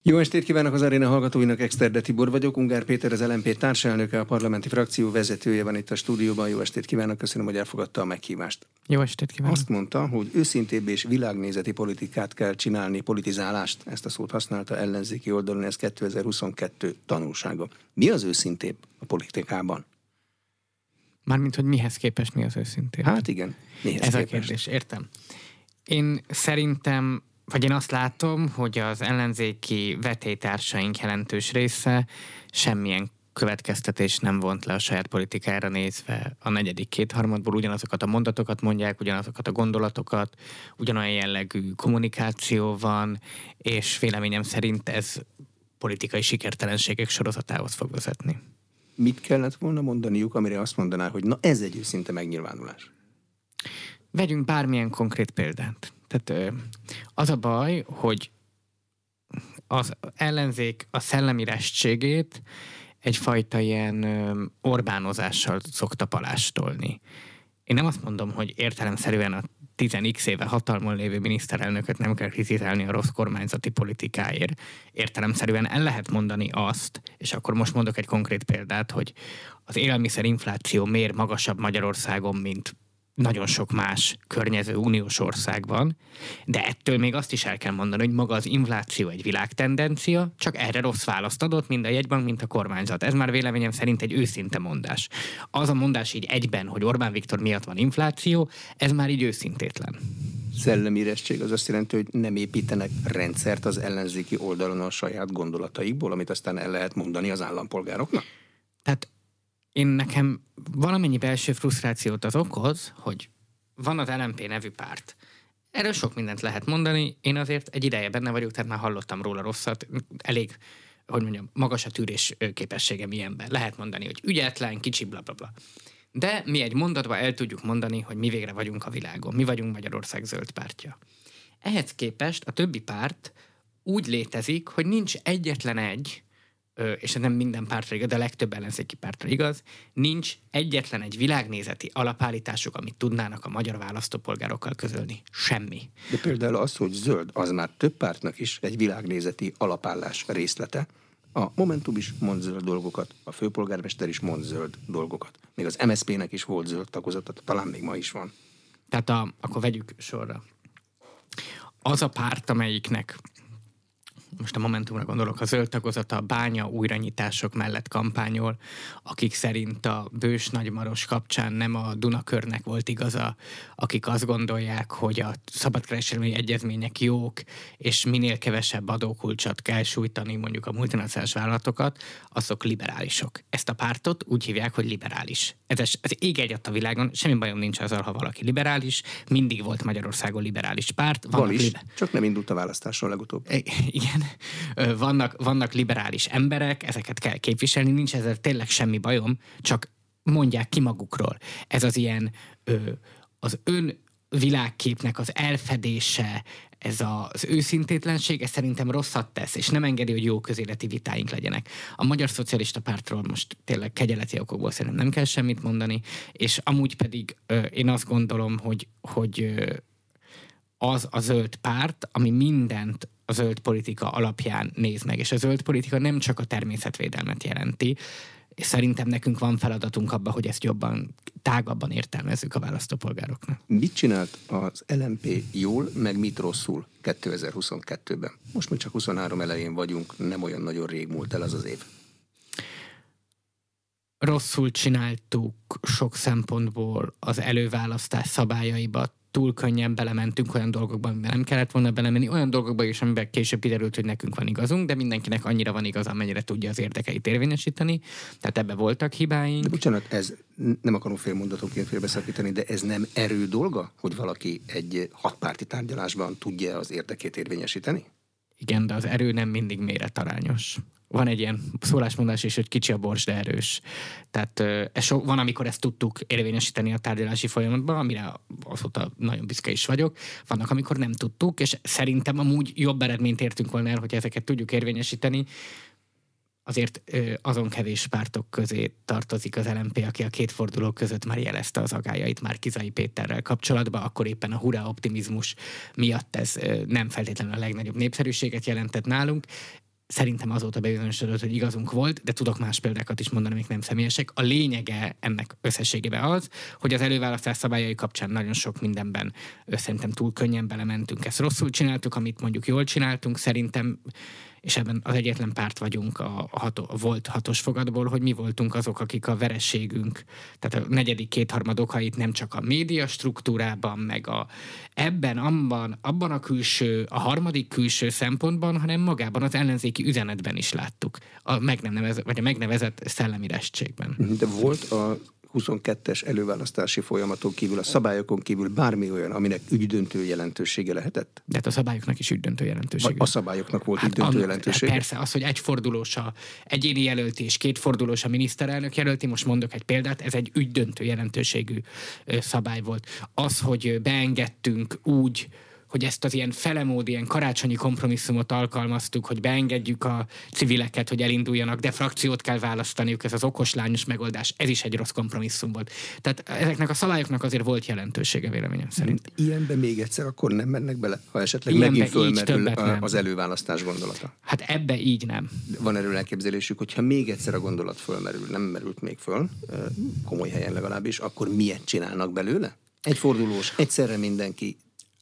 Jó estét kívánok az aréna hallgatóinak, Exterde Tibor vagyok, Ungár Péter az LMP társelnöke, a parlamenti frakció vezetője van itt a stúdióban. Jó estét kívánok, köszönöm, hogy elfogadta a meghívást. Jó estét kívánok. Azt mondta, hogy őszintébb és világnézeti politikát kell csinálni, politizálást, ezt a szót használta ellenzéki oldalon, ez 2022 tanulsága. Mi az őszintébb a politikában? Mármint, hogy mihez képest mi az őszintébb? Hát igen, mihez ez képest? A kérdés, értem. Én szerintem, vagy én azt látom, hogy az ellenzéki vetélytársaink jelentős része semmilyen következtetés nem vont le a saját politikára nézve a negyedik kétharmadból. Ugyanazokat a mondatokat mondják, ugyanazokat a gondolatokat, ugyanolyan jellegű kommunikáció van, és véleményem szerint ez politikai sikertelenségek sorozatához fog vezetni. Mit kellett volna mondaniuk, amire azt mondaná, hogy na ez egy őszinte megnyilvánulás? Vegyünk bármilyen konkrét példát. Tehát az a baj, hogy az ellenzék a szellemi restségét egyfajta ilyen Orbánozással szokta palástolni. Én nem azt mondom, hogy értelemszerűen a 10x éve hatalmon lévő miniszterelnököt nem kell kritizálni a rossz kormányzati politikáért. Értelemszerűen el lehet mondani azt, és akkor most mondok egy konkrét példát, hogy az élelmiszerinfláció miért magasabb Magyarországon, mint nagyon sok más környező uniós országban, de ettől még azt is el kell mondani, hogy maga az infláció egy világtendencia, csak erre rossz választ adott mind a jegybank, mint a kormányzat. Ez már véleményem szerint egy őszinte mondás. Az a mondás így egyben, hogy Orbán Viktor miatt van infláció, ez már így őszintétlen. Szellemi restség az azt jelenti, hogy nem építenek rendszert az ellenzéki oldalon a saját gondolataikból, amit aztán el lehet mondani az állampolgároknak? Tehát nekem valamennyi belső frusztrációt az okoz, hogy van az LMP nevű párt. Erről sok mindent lehet mondani, én azért egy ideje benne vagyok, tehát már hallottam róla rosszat, elég, hogy mondjam, magas a tűrés képességem ilyenben. Lehet mondani, hogy ügyetlen, kicsi, blablabla. De mi egy mondatba el tudjuk mondani, hogy mi végre vagyunk a világon, mi vagyunk Magyarország zöld pártja. Ehhez képest a többi párt úgy létezik, hogy nincs egyetlen egy, és ez nem minden pártra igaz, de a legtöbb ellenzéki pártra igaz, nincs egyetlen egy világnézeti alapállításuk, amit tudnának a magyar választópolgárokkal közölni. Semmi. De például az, hogy zöld, az már több pártnak is egy világnézeti alapállás részlete. A Momentum is mond zöld dolgokat, a főpolgármester is mond zöld dolgokat. Még az MSZP-nek is volt zöld tagozata, talán még ma is van. Tehát akkor vegyük sorra. Az a párt, amelyiknek most a Momentumra gondolok, a zöld tagozata a bánya újranyitások mellett kampányol, akik szerint a Bős Nagymaros kapcsán nem a Dunakörnek volt igaza, akik azt gondolják, hogy a szabadkereskedelmi egyezmények jók, és minél kevesebb adókulcsot kell sújtani mondjuk a multinacionális vállalatokat, azok liberálisok. Ezt a pártot úgy hívják, hogy liberális. Ez ég egyat a világon, semmi bajom nincs azzal, ha valaki liberális, mindig volt Magyarországon liberális párt. Van is, csak nem indult a választáson legutóbb. Igen. Vannak liberális emberek, ezeket kell képviselni, nincs ezzel tényleg semmi bajom, csak mondják ki magukról. Ez az ilyen az ön világképnek az elfedése, ez az őszintétlenség, ez szerintem rosszat tesz, és nem engedi, hogy jó közéleti vitáink legyenek. A Magyar Szocialista Pártról most tényleg kegyeleti okokból szerintem nem kell semmit mondani, és amúgy pedig én azt gondolom, hogy az a zöld párt, ami mindent a zöld politika alapján néz meg, és a zöld politika nem csak a természetvédelmet jelenti, és szerintem nekünk van feladatunk abban, hogy ezt jobban, tágabban értelmezzük a választópolgároknak. Mit csinált az LMP jól, meg mit rosszul 2022-ben? Most még csak 23 elején vagyunk, nem olyan nagyon rég múlt el az év. Rosszul csináltuk sok szempontból az előválasztás szabályaiba, túl könnyen belementünk olyan dolgokba, amiben nem kellett volna belemenni, olyan dolgokba is, amiben később kiderült, hogy nekünk van igazunk, de mindenkinek annyira van igaza, amennyire tudja az érdekeit érvényesíteni. Tehát ebbe voltak hibáink. De bocsánat, ez nem akarom félmondatonként félbeszakítani, de ez nem erő dolga, hogy valaki egy hatpárti tárgyalásban tudja az érdekét érvényesíteni? Igen, de az erő nem mindig méretarányos. Van egy ilyen szólásmondás is, hogy kicsi a bors, de erős. Tehát van, amikor ezt tudtuk érvényesíteni a tárgyalási folyamatban, amire azóta nagyon büszke is vagyok. Vannak, amikor nem tudtuk, és szerintem amúgy jobb eredményt értünk volna el, hogy ezeket tudjuk érvényesíteni. Azért azon kevés pártok közé tartozik az LMP, aki a két forduló között már jelezte az agályait Márki-Zay Péterrel kapcsolatban, akkor éppen a hurrá optimizmus miatt ez nem feltétlenül a legnagyobb népszerűséget jelentett nálunk. Szerintem azóta bebizonyosodott, hogy igazunk volt, de tudok más példákat is mondani, amik nem személyesek. A lényege ennek összességében az, hogy az előválasztás szabályai kapcsán nagyon sok mindenben szerintem túl könnyen belementünk. Ezt rosszul csináltuk, amit mondjuk jól csináltunk, szerintem, és ebben az egyetlen párt vagyunk a volt hatos fogadból, hogy mi voltunk azok, akik a vereségünk, tehát a negyedik kétharmad okait nem csak a média struktúrában, meg abban a külső, a harmadik külső szempontban, hanem magában az ellenzéki üzenetben is láttuk, a megnevezett szellemi restségben. De volt a 22-es előválasztási folyamaton kívül, a szabályokon kívül bármi olyan, aminek ügydöntő jelentősége lehetett? De hát a szabályoknak is ügydöntő jelentősége. A szabályoknak volt ügydöntő jelentősége? Persze, az, hogy egyfordulós a egyéni jelöltés, kétfordulós a miniszterelnök jelölti, most mondok egy példát, ez egy ügydöntő jelentőségű szabály volt. Az, hogy beengedtünk úgy, hogy ezt az ilyen felemód, ilyen karácsonyi kompromisszumot alkalmaztuk, hogy beengedjük a civileket, hogy elinduljanak, de frakciót kell választaniuk, ez az okoslányos megoldás, ez is egy rossz kompromisszum volt. Tehát ezeknek a szabályoknak azért volt jelentősége véleményem szerint. Ilyenben még egyszer akkor nem mennek bele, ha esetleg Ilyenbe megint fölmerül az előválasztás gondolata? Hát ebbe így nem. Van erről elképzelésük, hogyha még egyszer a gondolat fölmerül, nem merült még föl, komoly helyen legalábbis, akkor miért csinálnak belőle? Egyfordulós, egyszerre mindenki.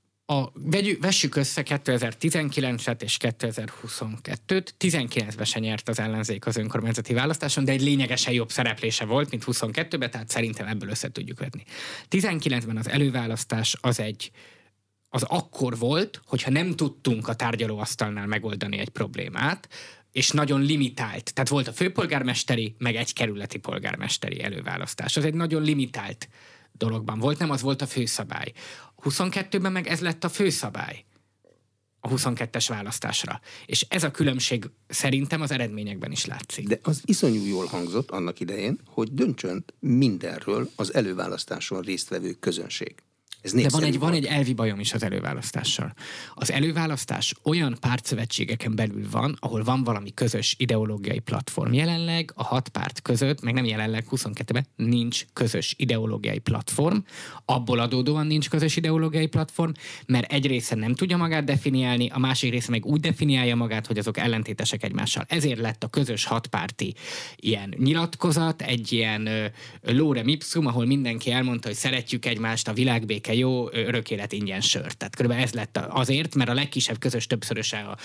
Vessük össze 2019-et és 2022-t. 19-ben se nyert az ellenzék az önkormányzati választáson, de egy lényegesen jobb szereplése volt, mint 22-ben, tehát szerintem ebből össze tudjuk vetni. 19-ben az előválasztás az akkor volt, hogyha nem tudtunk a tárgyalóasztalnál megoldani egy problémát, és nagyon limitált. Tehát volt a főpolgármesteri, meg egy kerületi polgármesteri előválasztás. Az egy nagyon limitált dologban volt, nem az volt a főszabály. 22-ben meg ez lett a főszabály a 22-es választásra. És ez a különbség szerintem az eredményekben is látszik. De az iszonyú jól hangzott annak idején, hogy döntsön mindenről az előválasztáson résztvevő közönség. De van egy elvi bajom is az előválasztással. Az előválasztás olyan pártszövetségeken belül van, ahol van valami közös ideológiai platform. Jelenleg a 6 párt között, meg nem jelenleg 22-ben nincs közös ideológiai platform. Abból adódóan nincs közös ideológiai platform, mert egy része nem tudja magát definiálni, a másik része meg úgy definiálja magát, hogy azok ellentétesek egymással. Ezért lett a közös 6 párti ilyen nyilatkozat, egy ilyen lorem ipsum, ahol mindenki elmondta, hogy szeretjük egymást, a világbéke jó, örök élet ingyen sör. Tehát körülbelül ez lett azért, mert a legkisebb közös többszöröse a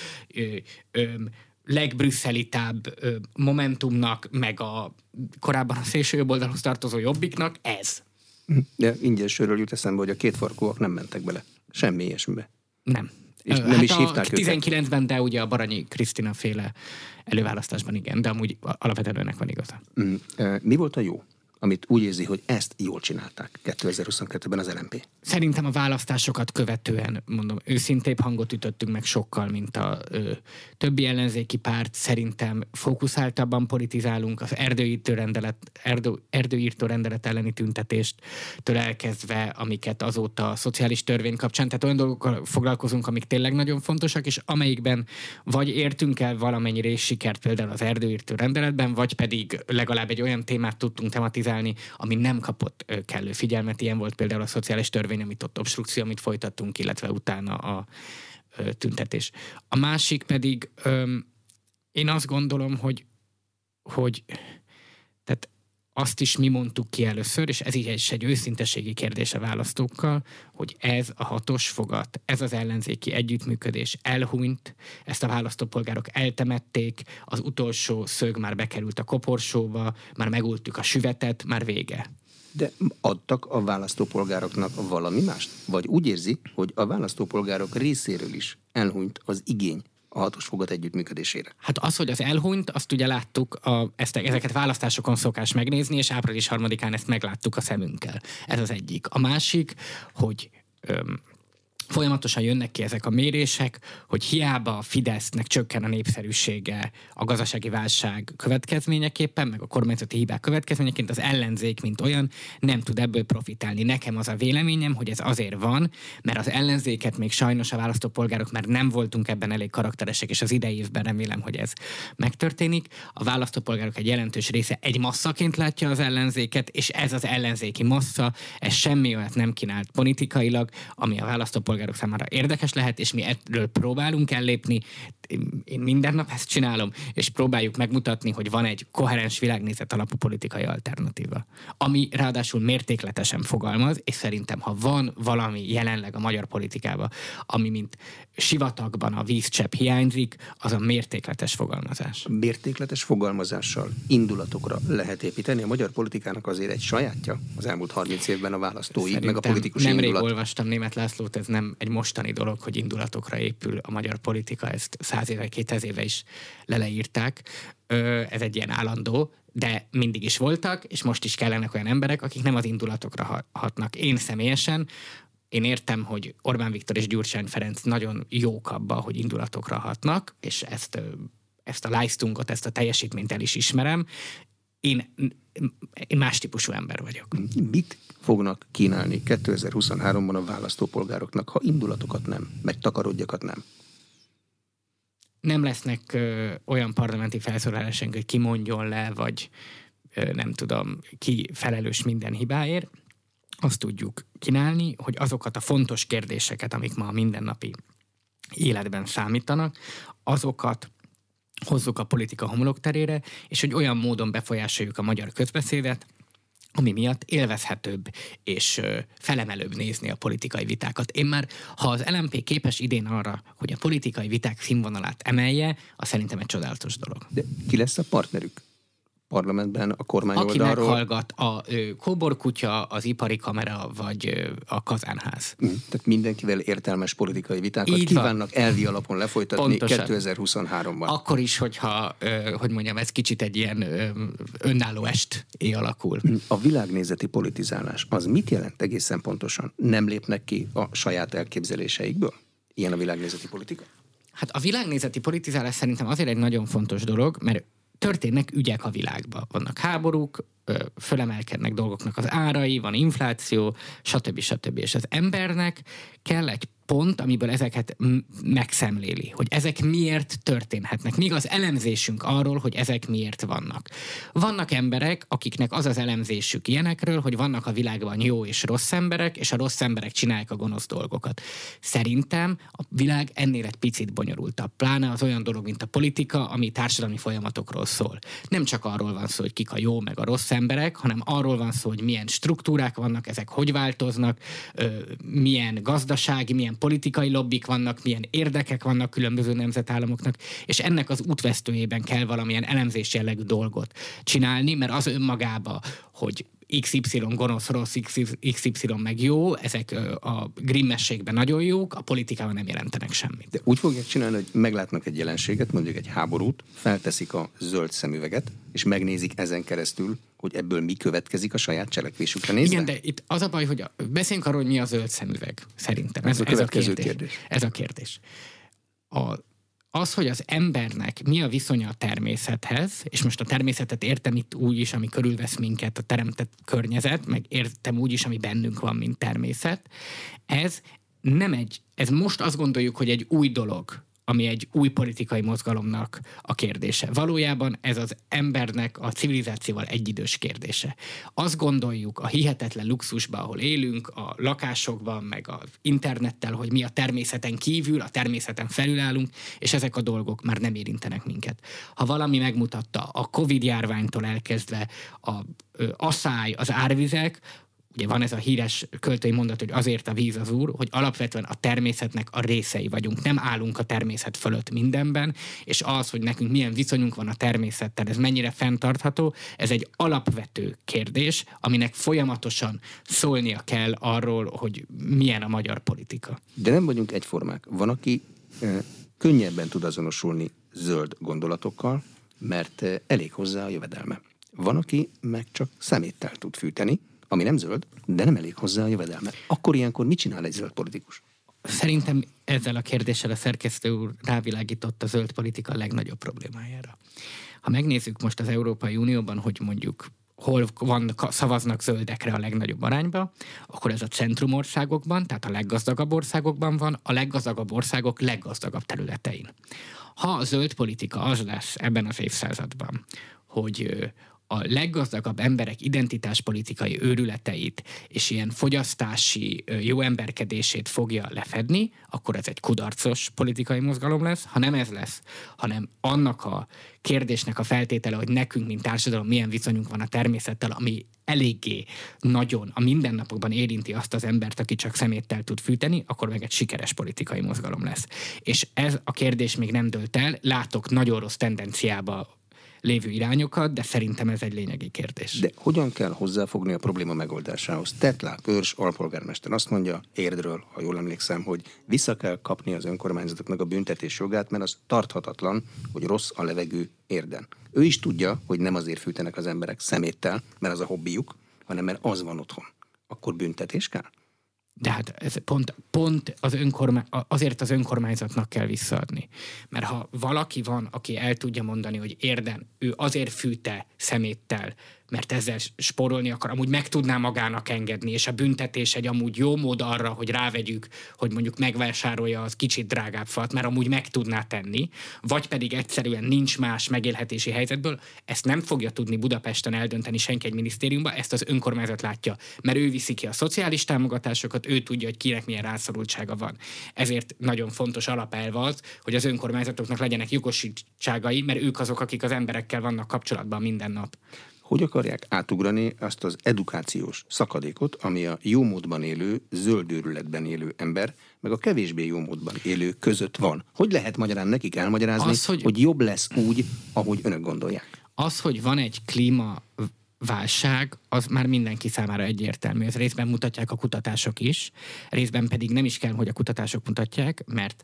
legbrüsszelitább Momentumnak, meg a korábban a szélső jobb oldalhoz tartozó Jobbiknak ez. De ingyen sörről jut eszembe, hogy a kétfarkúak nem mentek bele. Semmi ilyesmibe. Nem. És nem is hívták 19-ben, de ugye a Baranyi Krisztina féle előválasztásban igen, de amúgy alapvetően önnek van igaza. Mi volt a jó, amit úgy érzi, hogy ezt jól csinálták 2022-ben az LMP? Szerintem a választásokat követően, mondom, őszintébb hangot ütöttünk meg sokkal, mint a többi ellenzéki párt. Szerintem fókuszáltabban politizálunk, az erdőírtó rendelet elleni tüntetéstől elkezdve, amiket azóta a szociális törvény kapcsán, tehát olyan dolgokkal foglalkozunk, amik tényleg nagyon fontosak, és amelyikben vagy értünk el valamennyi részsikert például az erdőírtó rendeletben, vagy pedig legalább egy olyan témát tudtunk tematizálni, ami nem kapott kellő figyelmet. Ilyen volt például a szociális törvény, amit ott obstrukció, amit folytattunk, illetve utána a tüntetés. A másik pedig én azt gondolom, hogy tehát azt is mi mondtuk ki először, és ez így egy őszinteségi kérdés a választókkal, hogy ez a 6-os fogat, ez az ellenzéki együttműködés elhunyt, ezt a választópolgárok eltemették, az utolsó szög már bekerült a koporsóba, már megultjuk a süvetet, már vége. De adtak a választópolgároknak valami mást? Vagy úgy érzi, hogy a választópolgárok részéről is elhunyt az igény a 6-os fogat együttműködésére? Hát az, hogy az elhunyt, azt ugye láttuk, ezeket választásokon szokás megnézni, és április 3-án ezt megláttuk a szemünkkel. Ez az egyik. A másik, hogy folyamatosan jönnek ki ezek a mérések, hogy hiába a Fidesznek csökken a népszerűsége a gazdasági válság következményeképpen, meg a kormányzati hibák következményeként, az ellenzék, mint olyan, nem tud ebből profitálni. Nekem az a véleményem, hogy ez azért van, mert az ellenzéket még sajnos a választópolgárok már nem voltunk ebben elég karakteresek, és az idei évben remélem, hogy ez megtörténik. A választópolgárok egy jelentős része egy masszaként látja az ellenzéket, és ez az ellenzéki massza, ez semmi olyat nem kínált politikailag, ami a választópolgárok állampolgárok számára érdekes lehet, és mi erről próbálunk ellépni. Én minden nap ezt csinálom, és próbáljuk megmutatni, hogy van egy koherens világnézet alapú politikai alternatíva, ami ráadásul mértékletesen fogalmaz, és szerintem, ha van valami jelenleg a magyar politikában, ami mint sivatagban a vízcsepp hiányzik, az a mértékletes fogalmazás. Mértékletes fogalmazással indulatokra lehet építeni. A magyar politikának azért egy sajátja az elmúlt 30 évben a választói, szerintem meg a politikus indulat. Nemrég olvastam Németh Lászlót, ez nem egy mostani dolog, hogy indulatokra épül a magyar politika, ezt 100 éve, 200 éve is leleírták. Ez egy ilyen állandó, de mindig is voltak, és most is kellenek olyan emberek, akik nem az indulatokra hatnak. Én személyesen én értem, hogy Orbán Viktor és Gyurcsány Ferenc nagyon jók abba, hogy indulatokra hatnak, és ezt a Leistungot, ezt a teljesítményt el is ismerem. Én más típusú ember vagyok. Mit fognak kínálni 2023-ban a választópolgároknak, ha indulatokat nem, meg takarodjakat nem? Nem lesznek olyan parlamenti felszólalásunk, hogy ki mondjon le, vagy nem tudom, ki felelős minden hibáért. Azt tudjuk kínálni, hogy azokat a fontos kérdéseket, amik ma a mindennapi életben számítanak, azokat hozzuk a politika homlokterére, és hogy olyan módon befolyásoljuk a magyar közbeszédet, ami miatt élvezhetőbb és felemelőbb nézni a politikai vitákat. Én már, ha az LMP képes idén arra, hogy a politikai viták színvonalát emelje, az szerintem egy csodálatos dolog. De ki lesz a partnerük? Parlamentben, a kormány aki oldalról? meghallgat, a kóborkutya, az ipari kamera, vagy a kazánház. Tehát mindenkivel értelmes politikai vitákat így kívánnak elvi alapon lefolytatni pontosan. 2023-ban. Akkor is, hogyha, hogy mondjam, ez kicsit egy ilyen önálló esté alakul. A világnézeti politizálás, az mit jelent egészen pontosan? Nem lépnek ki a saját elképzeléseikből? Ilyen a világnézeti politika? Hát a világnézeti politizálás szerintem azért egy nagyon fontos dolog, mert történnek ügyek a világban. Vannak háborúk, fölemelkednek dolgoknak az árai, van infláció, stb. És az embernek kell egy pont, amiből ezeket megszemléli, hogy ezek miért történhetnek. Míg az elemzésünk arról, hogy ezek miért vannak. Vannak emberek, akiknek az az elemzésük ilyenekről, hogy vannak a világban jó és rossz emberek, és a rossz emberek csinálják a gonosz dolgokat. Szerintem a világ ennél egy picit bonyolultabb. Pláne az olyan dolog, mint a politika, ami társadalmi folyamatokról szól. Nem csak arról van szó, hogy kik a jó meg a rossz emberek, hanem arról van szó, hogy milyen struktúrák vannak, ezek hogy változnak, milyen gazdasági, milyen politikai lobbik vannak, milyen érdekek vannak különböző nemzetállamoknak, és ennek az útvesztőjében kell valamilyen elemzés jellegű dolgot csinálni, mert az önmagába, hogy XY gonosz, rossz, XY meg jó, ezek a grimmességben nagyon jók, a politikában nem jelentenek semmit. De úgy fogják csinálni, hogy meglátnak egy jelenséget, mondjuk egy háborút, felteszik a zöld szemüveget, és megnézik ezen keresztül, hogy ebből mi következik a saját cselekvésükre nézve? Igen, de itt az a baj, hogy beszéljünk arról, hogy mi a zöld szemüveg, szerintem. Ez a következő kérdés. Ez a kérdés. Az, hogy az embernek mi a viszonya a természethez, és most a természetet értem itt úgy is, ami körülvesz minket, a teremtett környezet, meg értem úgy is, ami bennünk van, mint természet, ez most azt gondoljuk, hogy egy új dolog, ami egy új politikai mozgalomnak a kérdése. Valójában ez az embernek a civilizációval egyidős kérdése. Azt gondoljuk a hihetetlen luxusban, ahol élünk, a lakásokban, meg az internettel, hogy mi a természeten kívül, a természeten felül állunk, és ezek a dolgok már nem érintenek minket. Ha valami megmutatta a Covid-járványtól elkezdve a asszály, az árvizek, ugye van ez a híres költői mondat, hogy azért a víz az úr, hogy alapvetően a természetnek a részei vagyunk. Nem állunk a természet fölött mindenben, és az, hogy nekünk milyen viszonyunk van a természettel, ez mennyire fenntartható, ez egy alapvető kérdés, aminek folyamatosan szólnia kell arról, hogy milyen a magyar politika. De nem vagyunk egyformák. Van, aki könnyebben tud azonosulni zöld gondolatokkal, mert elég hozzá a jövedelme. Van, aki meg csak szeméttel tud fűteni, ami nem zöld, de nem elég hozzá a jövedelme. Akkor ilyenkor mit csinál egy zöld politikus? Szerintem ezzel a kérdéssel a szerkesztő úr rávilágított a zöld politika legnagyobb problémájára. Ha megnézzük most az Európai Unióban, hogy mondjuk hol szavaznak zöldekre a legnagyobb arányba, akkor ez a centrumországokban, tehát a leggazdagabb országokban van, a leggazdagabb országok leggazdagabb területein. Ha a zöld politika az lesz ebben az évszázadban, hogy a leggazdagabb emberek identitáspolitikai őrületeit és ilyen fogyasztási jó emberkedését fogja lefedni, akkor ez egy kudarcos politikai mozgalom lesz. Ha nem ez lesz, hanem annak a kérdésnek a feltétele, hogy nekünk, mint társadalom, milyen viszonyunk van a természettel, ami eléggé nagyon a mindennapokban érinti azt az embert, aki csak szeméttel tud fűteni, akkor meg egy sikeres politikai mozgalom lesz. És ez a kérdés még nem dőlt el, látok nagyon rossz tendenciába lévő irányokat, de szerintem ez egy lényegi kérdés. De hogyan kell hozzáfogni a probléma megoldásához? Tettler Körs alpolgármester azt mondja Érdről, ha jól emlékszem, hogy vissza kell kapni az önkormányzatoknak a büntetés jogát, mert az tarthatatlan, hogy rossz a levegő Érden. Ő is tudja, hogy nem azért fűtenek az emberek szeméttel, mert az a hobbijuk, hanem mert az van otthon. Akkor büntetés kell? De hát ez pont azért az önkormányzatnak kell visszaadni. Mert ha valaki van, aki el tudja mondani, hogy Érden ő azért fűte szeméttel, mert ezzel spórolni akar, amúgy meg tudná magának engedni, és a büntetés egy amúgy jó mód arra, hogy rávegyük, hogy mondjuk megvásárolja az kicsit drágább fát, mert amúgy meg tudná tenni, vagy pedig egyszerűen nincs más megélhetési helyzetből, ezt nem fogja tudni Budapesten eldönteni senki egy minisztériumban, ezt az önkormányzat látja, mert ő viszi ki a szociális támogatásokat, ő tudja, hogy kinek milyen rászorultsága van. Ezért nagyon fontos alapelv az, hogy az önkormányzatoknak legyenek jogosítságai, mert ők azok, akik az emberekkel vannak kapcsolatban minden nap. Hogy akarják átugrani azt az edukációs szakadékot, ami a jó módban élő, zöld őrületben élő ember, meg a kevésbé jó módban élő között van? Hogy lehet magyarán nekik elmagyarázni, hogy jobb lesz úgy, ahogy önök gondolják? Az, hogy van egy klímaválság, az már mindenki számára egyértelmű. Ez részben mutatják a kutatások is, részben pedig nem is kell, hogy a kutatások mutatják, mert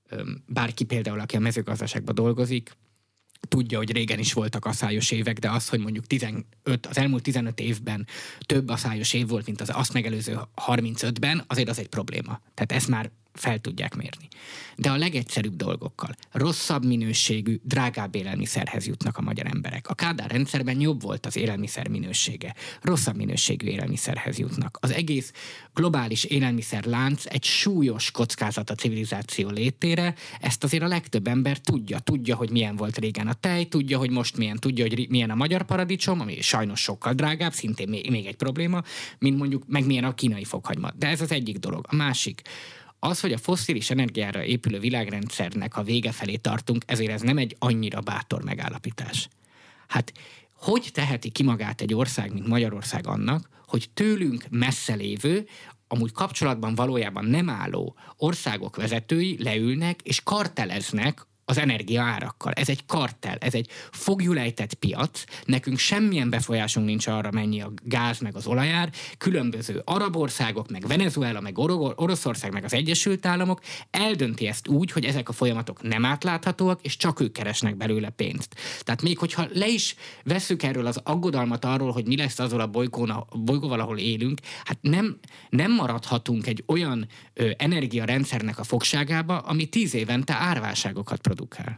bárki például, aki a mezőgazdaságban dolgozik, tudja, hogy régen is voltak aszályos évek, de az, hogy mondjuk az elmúlt 15 évben több aszályos év volt, mint az azt megelőző 35-ben, azért az egy probléma. Tehát ezt már fel tudják mérni. De a legegyszerűbb dolgokkal rosszabb minőségű, drágább élelmiszerhez jutnak a magyar emberek. A Kádár rendszerben jobb volt az élelmiszer minősége. Rosszabb minőségű élelmiszerhez jutnak. Az egész globális élelmiszerlánc egy súlyos kockázat a civilizáció létére. Ezt azért a legtöbb ember tudja, hogy milyen volt régen a tej, tudja, hogy most milyen, tudja, hogy milyen a magyar paradicsom, ami sajnos sokkal drágább, szintén még egy probléma, mint mondjuk meg milyen a kínai fokhagyma. De ez az egyik dolog. A másik, az, hogy a fosszilis energiára épülő világrendszernek a vége felé tartunk, ezért ez nem egy annyira bátor megállapítás. Hát hogy teheti ki magát egy ország, mint Magyarország annak, hogy tőlünk messze lévő, amúgy kapcsolatban valójában nem álló országok vezetői leülnek és karteleznek az energia árakkal. Ez egy kartel, ez egy fogjulejtett piac, nekünk semmilyen befolyásunk nincs arra, mennyi a gáz meg az olajár, különböző arab országok, meg Venezuela, meg Oroszország, meg az Egyesült Államok eldönti ezt úgy, hogy ezek a folyamatok nem átláthatóak, és csak ők keresnek belőle pénzt. Tehát még hogyha le is vesszük erről az aggodalmat arról, hogy mi lesz azzal a bolygóval, ahol élünk, hát nem maradhatunk egy olyan energiarendszernek a fogságába, ami 10 évente árválságokat produkál.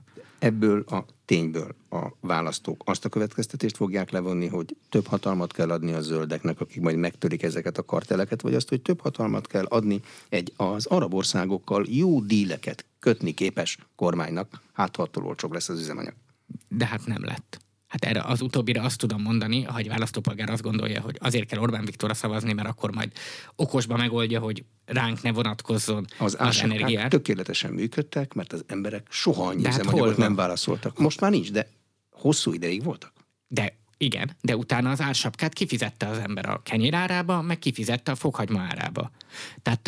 Ebből a tényből a választók azt a következtetést fogják levonni, hogy több hatalmat kell adni a zöldeknek, akik majd megtörik ezeket a karteleket, vagy azt, hogy több hatalmat kell adni az arab országokkal jó díleket kötni képes kormánynak, hát ha attól olcsóbb lesz az üzemanyag. De hát nem lett. Hát erre az utóbbira azt tudom mondani, ha egy választópolgár azt gondolja, hogy azért kell Orbán Viktorra szavazni, mert akkor majd okosba megoldja, hogy ránk ne vonatkozzon az energiát. Tökéletesen működtek, mert az emberek soha annyi üzemanyagot nem válaszoltak. Most már nincs, de hosszú ideig voltak. De igen, de utána az ársapkát kifizette az ember a kenyér árába, meg kifizette a fokhagyma árába. Tehát,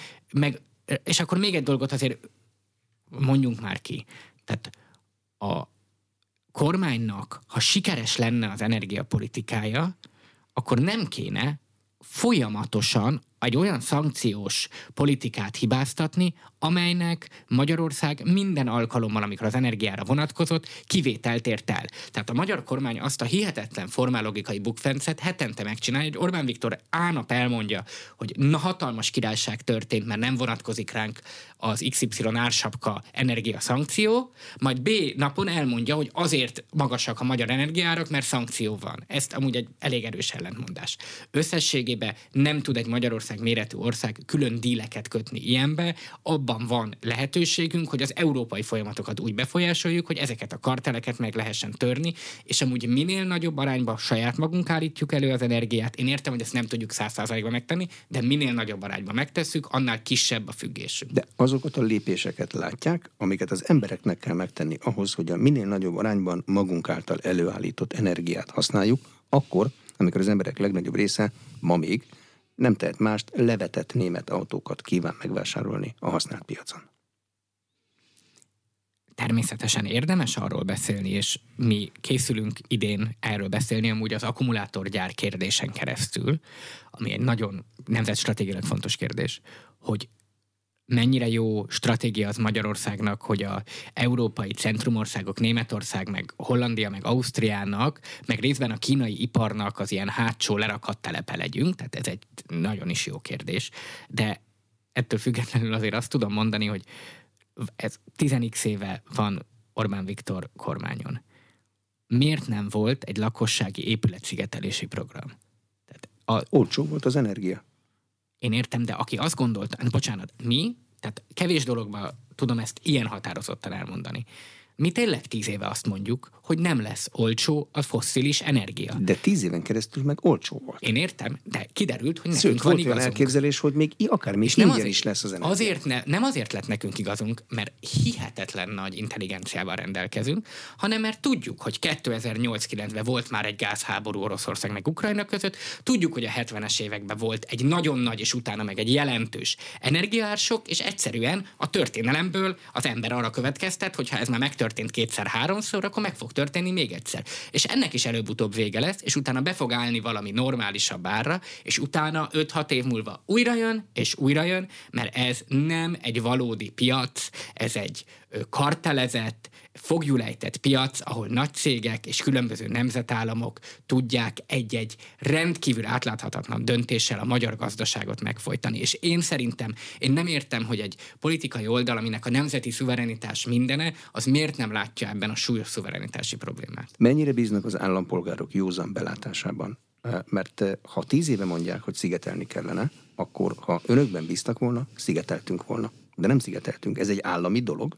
és akkor még egy dolgot azért mondjunk már ki. Tehát a kormánynak, ha sikeres lenne az energiapolitikája, akkor nem kéne folyamatosan egy olyan szankciós politikát hibáztatni, amelynek Magyarország minden alkalommal, amikor az energiára vonatkozott, kivételt ért el. Tehát a magyar kormány azt a hihetetlen formállogikai bukfencet hetente megcsinálja, hogy Orbán Viktor A-nap elmondja, hogy hatalmas királyság történt, mert nem vonatkozik ránk az XY ársapka energia szankció, majd B napon elmondja, hogy azért magasak a magyar energiárak, mert szankció van. Ez amúgy egy elég erős ellentmondás. Összességében nem tud egy Magyarország Magyarország méretű ország külön díleket kötni ilyenbe, abban van lehetőségünk, hogy az európai folyamatokat úgy befolyásoljuk, hogy ezeket a karteleket meg lehessen törni, és amúgy minél nagyobb arányban saját magunk állítjuk elő az energiát. Én értem, hogy ezt nem tudjuk 100%-ban megtenni, de minél nagyobb arányban megtesszük, annál kisebb a függésünk. De azokat a lépéseket látják, amiket az embereknek kell megtenni ahhoz, hogy a minél nagyobb arányban magunk által előállított energiát használjuk, akkor, amikor az emberek legnagyobb része ma még nem tehet mást, levetett német autókat kíván megvásárolni a használt piacon. Természetesen érdemes arról beszélni, és mi készülünk idén erről beszélni, amúgy az akkumulátorgyár kérdésen keresztül, ami egy nagyon nemzetstratégiailag fontos kérdés, hogy mennyire jó stratégia az Magyarországnak, hogy az európai centrumországok, Németország, meg Hollandia, meg Ausztriának, meg részben a kínai iparnak az ilyen hátsó lerakat telepe legyünk, tehát ez egy nagyon is jó kérdés, de ettől függetlenül azért azt tudom mondani, hogy ez 10x éve van Orbán Viktor kormányon. Miért nem volt egy lakossági épületszigetelési program? Olcsó volt az energia. Én értem, de aki azt gondolta, bocsánat, tehát kevés dologban tudom ezt ilyen határozottan elmondani. Mi tényleg 10 éve azt mondjuk, hogy nem lesz olcsó a fosszilis energia. De 10 éven keresztül meg olcsó volt. Én értem, de kiderült, hogy nekünk van volt igazunk. olyan elképzelés, hogy még akármi ingyen is lesz az energia. Nem azért lett nekünk igazunk, mert hihetetlen nagy intelligenciával rendelkezünk, hanem mert tudjuk, hogy 2008-9-ben volt már egy gázháború Oroszország meg Ukrajna között, tudjuk, hogy a 70-es években volt egy nagyon nagy, és utána meg egy jelentős energiaársok, és egyszerűen a történelemből az ember arra következtet, hogy ha ez már megtörtént kétszer-háromszor, akkor meg fog történni még egyszer. És ennek is előbb-utóbb vége lesz, és utána be fog állni valami normálisabb árra, és utána 5-6 év múlva újra jön, mert ez nem egy valódi piac, ez egy kartelezett, fogjulejtett piac, ahol nagy cégek és különböző nemzetállamok tudják egy-egy rendkívül átláthatatlan döntéssel a magyar gazdaságot megfojtani. És én nem értem, hogy egy politikai oldal, aminek a nemzeti szuverenitás mindene, az miért nem látja ebben a súlyos szuverenitási problémát. Mennyire bíznak az állampolgárok józan belátásában? Mert ha 10 éve mondják, hogy szigetelni kellene, akkor ha önökben bíztak volna, szigeteltünk volna. De nem szigeteltünk. Ez egy állami dolog.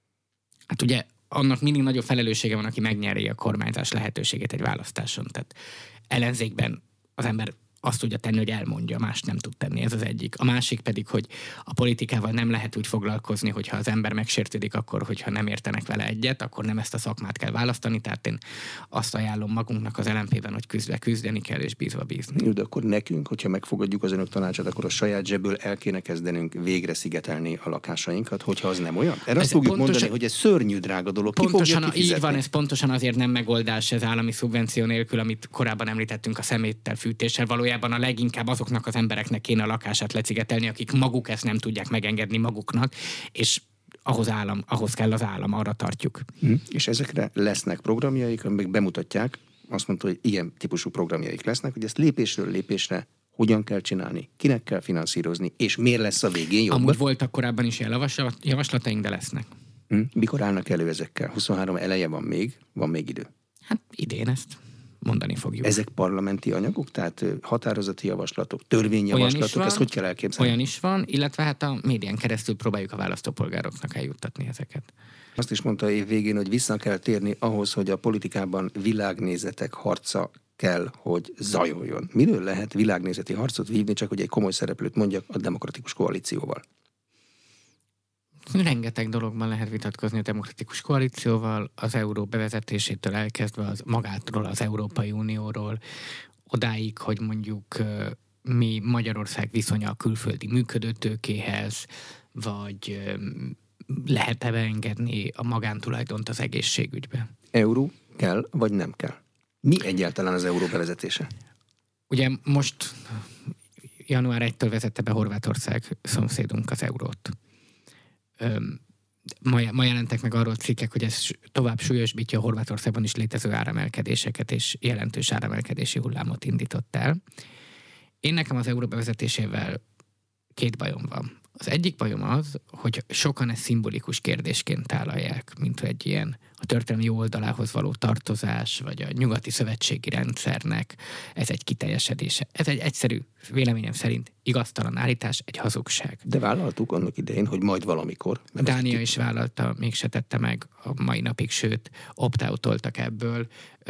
Hát ugye annak mindig nagyobb felelőssége van, aki megnyeri a kormányzás lehetőségét egy választáson. Tehát ellenzékben az ember azt tudja tenni, hogy elmondja, mást nem tud tenni, ez az egyik. A másik pedig, hogy a politikával nem lehet úgy foglalkozni, hogyha az ember megsértődik, akkor, hogyha nem értenek vele egyet, akkor nem ezt a szakmát kell választani, tehát én azt ajánlom magunknak az LMP-ben, hogy küzdeni kell és bízva bízni. Jó, de akkor nekünk, hogyha megfogadjuk az önök tanácsát, akkor a saját zsebből el kéne kezdenünk végre szigetelni a lakásainkat, hogyha az nem olyan. Erre azt fogjuk mondani, hogy ez szörnyű drága dolog. Pontosan így van, ez pontosan azért nem megoldás ez állami szubvenció nélkül, amit korábban említettünk a szeméttel, fűtéssel, valójában a leginkább azoknak az embereknek kéne a lakását lecsigetelni, akik maguk ezt nem tudják megengedni maguknak, és ahhoz kell az állam, arra tartjuk. És ezekre lesznek programjaik, amik bemutatják, azt mondta, hogy ilyen típusú programjaik lesznek, hogy ezt lépésről lépésre hogyan kell csinálni, kinek kell finanszírozni, és miért lesz a végén jobb. Amúgy voltak korábban is ilyen javaslataink, de lesznek. Mikor állnak elő ezekkel? 23 eleje van még idő. Hát idén ezt mondani fogjuk. Ezek parlamenti anyagok, tehát határozati javaslatok, törvényjavaslatok, ezt hogy kell elképzelni? Olyan is van, illetve hát a médián keresztül próbáljuk a választópolgároknak eljuttatni ezeket. Azt is mondta év végén, hogy vissza kell térni ahhoz, hogy a politikában világnézetek harca kell, hogy zajoljon. Miről lehet világnézeti harcot vívni, csak hogy egy komoly szereplőt mondjak, a demokratikus koalícióval? Rengeteg dologban lehet vitatkozni a demokratikus koalícióval, az euró bevezetésétől elkezdve magától az Európai Unióról, odáig, hogy mondjuk mi Magyarország viszonya a külföldi működőtőkéhez, vagy lehet-e beengedni a magántulajdont az egészségügybe. Euró kell, vagy nem kell? Mi egyáltalán az euró bevezetése? Ugye most január 1-től vezette be Horvátország szomszédunk az eurót. Ma jelentek meg arról cikkek, hogy ez tovább súlyosbítja a Horvátországban is létező áremelkedéseket, és jelentős áremelkedési hullámot indított el. Én nekem az euró bevezetésével 2 bajom van. Az egyik bajom az, hogy sokan ezt szimbolikus kérdésként tálalják, mint egy ilyen a történelmi jó oldalához való tartozás, vagy a nyugati szövetségi rendszernek ez egy kiteljesedése. Ez egy egyszerű, véleményem szerint igaztalan állítás, egy hazugság. De vállaltuk annak idején, hogy majd valamikor. Dánia is vállalta, mégse tette meg a mai napig, sőt, opt-outoltak ebből,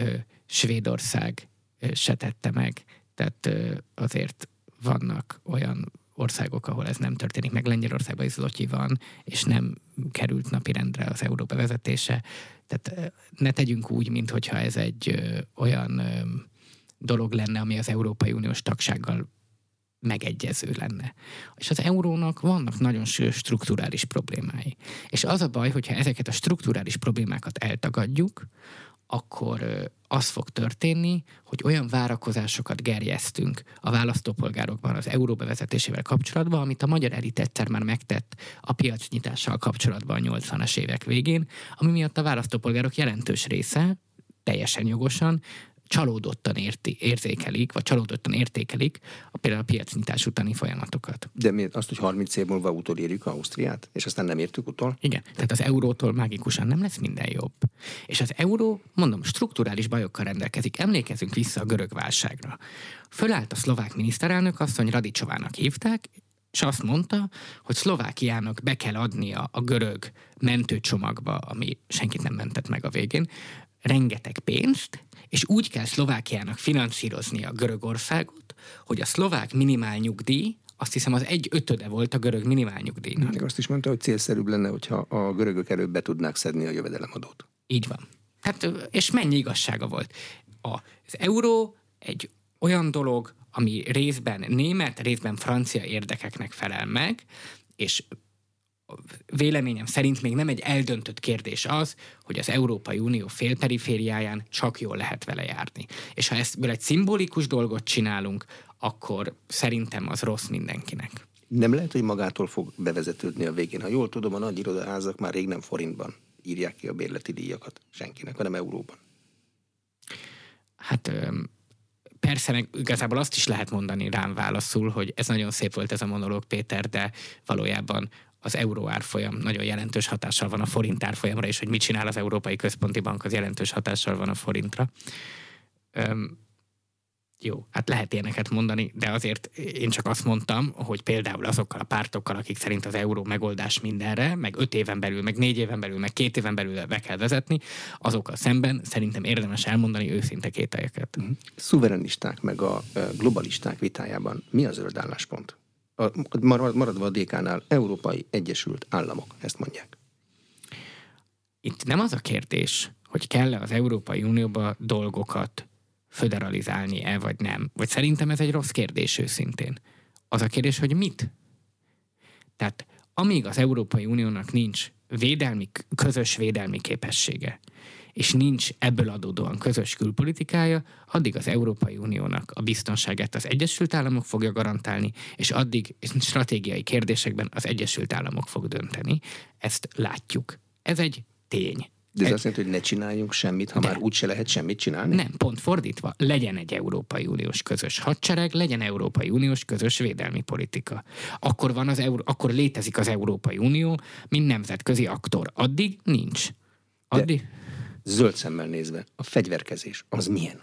Svédország se tette meg, tehát azért vannak olyan országok, ahol ez nem történik meg. Lengyelországban is zloty van, és nem került napirendre az euró bevezetése. Tehát ne tegyünk úgy, mintha ez egy olyan dolog lenne, ami az Európai Uniós tagsággal megegyező lenne. És az eurónak vannak nagyon súlyos strukturális problémái. És az a baj, hogyha ezeket a strukturális problémákat eltagadjuk, akkor az fog történni, hogy olyan várakozásokat gerjesztünk a választópolgárokban az euró bevezetésével kapcsolatban, amit a magyar elit egyszer már megtett a piacnyitással kapcsolatban a 80-as évek végén, ami miatt a választópolgárok jelentős része, teljesen jogosan, csalódottan érzékelik, vagy csalódottan értékelik például a piacnyitás utáni folyamatokat. De mi azt, hogy 30 év múlva utolérjük Ausztriát, és aztán nem értük utol? Igen, tehát az eurótól mágikusan nem lesz minden jobb. És az euró, mondom, strukturális bajokkal rendelkezik. Emlékezzünk vissza a görög válságra. Fölállt a szlovák miniszterelnök asszony, Radicsovának hívták, és azt mondta, hogy Szlovákiának be kell adnia a görög mentőcsomagba, ami senkit nem mentett meg a végén, rengeteg pénzt, és úgy kell Szlovákiának finanszírozni a Görögországot, hogy a szlovák minimálnyugdíj, azt hiszem az 1/5 volt a görög minimálnyugdíjnak. Még azt is mondta, hogy célszerűbb lenne, hogyha a görögök előbb be tudnák szedni a jövedelemadót. Így van. Hát, és mennyi igazsága volt? Az euró egy olyan dolog, ami részben német, részben francia érdekeknek felel meg, és véleményem szerint még nem egy eldöntött kérdés az, hogy az Európai Unió félperifériáján csak jól lehet vele járni. És ha ebből egy szimbolikus dolgot csinálunk, akkor szerintem az rossz mindenkinek. Nem lehet, hogy magától fog bevezetődni a végén. Ha jól tudom, a nagy irodaházak már rég nem forintban írják ki a bérleti díjakat senkinek, hanem euróban. Hát persze, meg igazából azt is lehet mondani rám válaszul, hogy ez nagyon szép volt ez a monológ, Péter, de valójában az euró árfolyam nagyon jelentős hatással van a forint árfolyamra, és hogy mit csinál az Európai Központi Bank, az jelentős hatással van a forintra. Jó, hát lehet ilyeneket mondani, de azért én csak azt mondtam, hogy például azokkal a pártokkal, akik szerint az euró megoldás mindenre, meg 5 éven belül, meg 4 éven belül, meg 2 éven belül be kell vezetni, azokkal szemben szerintem érdemes elmondani őszinte kételyeket. Szuverenisták meg a globalisták vitájában mi a zöld álláspont? Maradva a DK-nál, Európai Egyesült Államok, ezt mondják. Itt nem az a kérdés, hogy kell-e az Európai Unióba dolgokat föderalizálni-e, vagy nem. Vagy szerintem ez egy rossz kérdés őszintén. Az a kérdés, hogy mit? Tehát amíg az Európai Uniónak nincs közös védelmi képessége, és nincs ebből adódóan közös külpolitikája, addig az Európai Uniónak a biztonságát az Egyesült Államok fogja garantálni, és addig stratégiai kérdésekben az Egyesült Államok fog dönteni. Ezt látjuk. Ez egy tény. De ez azt jelenti, hogy ne csináljunk semmit, ha már úgyse lehet semmit csinálni? Nem, pont fordítva. Legyen egy Európai Uniós közös hadsereg, legyen Európai Uniós közös védelmi politika. Akkor létezik az Európai Unió, mint nemzetközi aktor. Addig nincs. Addig... Zöld szemmel nézve, a fegyverkezés az milyen?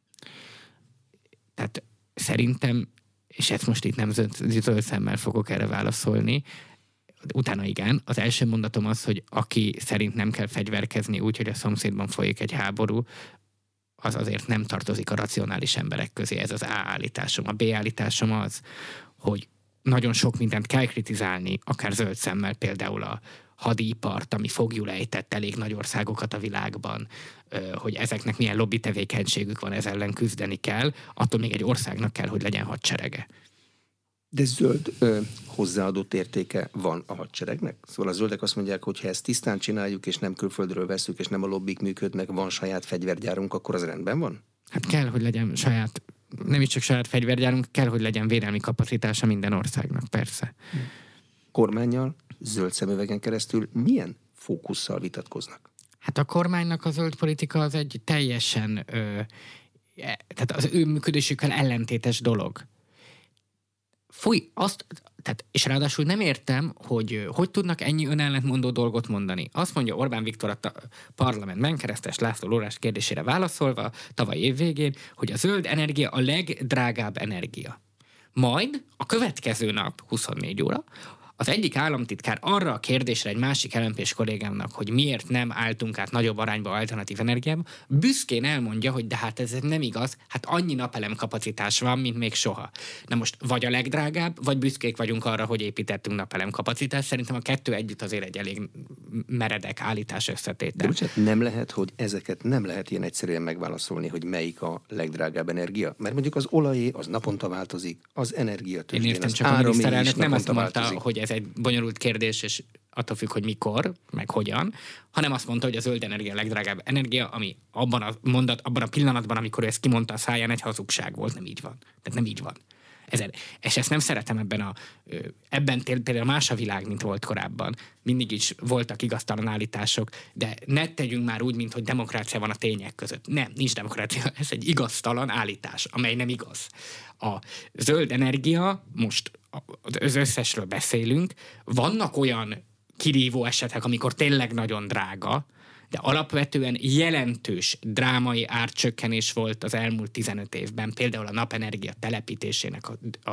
Tehát szerintem, és ezt most itt nem zöld szemmel fogok erre válaszolni, utána igen. Az első mondatom az, hogy aki szerint nem kell fegyverkezni úgy, hogy a szomszédban folyik egy háború, az azért nem tartozik a racionális emberek közé. Ez az A állításom. A B állításom az, hogy nagyon sok mindent kell kritizálni, akár zöld szemmel, például a hadipart, ami foglyul ejtett elég nagy országokat a világban, hogy ezeknek milyen lobby tevékenységük van, ez ellen küzdeni kell, attól még egy országnak kell, hogy legyen hadserege. De zöld hozzáadott értéke van a hadseregnek? Szóval a zöldek azt mondják, hogy ha ezt tisztán csináljuk, és nem külföldről veszük, és nem a lobbik működnek, van saját fegyvergyárunk, akkor az rendben van? Hát kell, hogy legyen nem is csak saját fegyvergyárunk, kell, hogy legyen védelmi kapacitása minden országnak, persze. Kormánnyal, zöld szemüvegen keresztül milyen fókusszal vitatkoznak? Hát a kormánynak a zöld politika az egy teljesen, tehát az ő működésükkel ellentétes dolog. Tehát, és ráadásul nem értem, hogy tudnak ennyi önellentmondó dolgot mondani. Azt mondja Orbán Viktor a parlamentben Keresztes László Lórás kérdésére válaszolva tavaly év végén, hogy a zöld energia a legdrágább energia. Majd a következő nap, 24 óra, az egyik államtitkár arra a kérdésre egy másik LMP-s kollégámnak, hogy miért nem álltunk át nagyobb arányba alternatív energiába, büszkén elmondja, hogy de hát ez nem igaz, hát annyi napelem kapacitás van, mint még soha. Na most vagy a legdrágább, vagy büszkék vagyunk arra, hogy építettünk napelem kapacitást. Szerintem a kettő együtt azért egy elég meredek állítás összetétel. De bocsánat, nem lehet, hogy ezeket nem lehet ilyen egyszerűen megválaszolni, hogy melyik a legdrágább energia? Mert mondjuk az olajé, az naponta változik, az energia tőzsdén, én értem, az csak a áramé miniszterelnök is nem azt naponta mondta, változik. hogy ez egy bonyolult kérdés, és attól függ, hogy mikor, meg hogyan, hanem azt mondta, hogy a zöld energia a legdrágább energia, ami abban a pillanatban, amikor ő ezt kimondta a száján, egy hazugság volt, nem így van. Tehát nem így van. És ezt nem szeretem ebben például más a világ, mint volt korábban. Mindig is voltak igaztalan állítások, de ne tegyünk már úgy, mint hogy demokrácia van a tények között. Nem, nincs demokrácia, ez egy igaztalan állítás, amely nem igaz. A zöld energia, most az összesről beszélünk, vannak olyan kirívó esetek, amikor tényleg nagyon drága, de alapvetően jelentős drámai árcsökkenés volt az elmúlt 15 évben, például a napenergia telepítésének,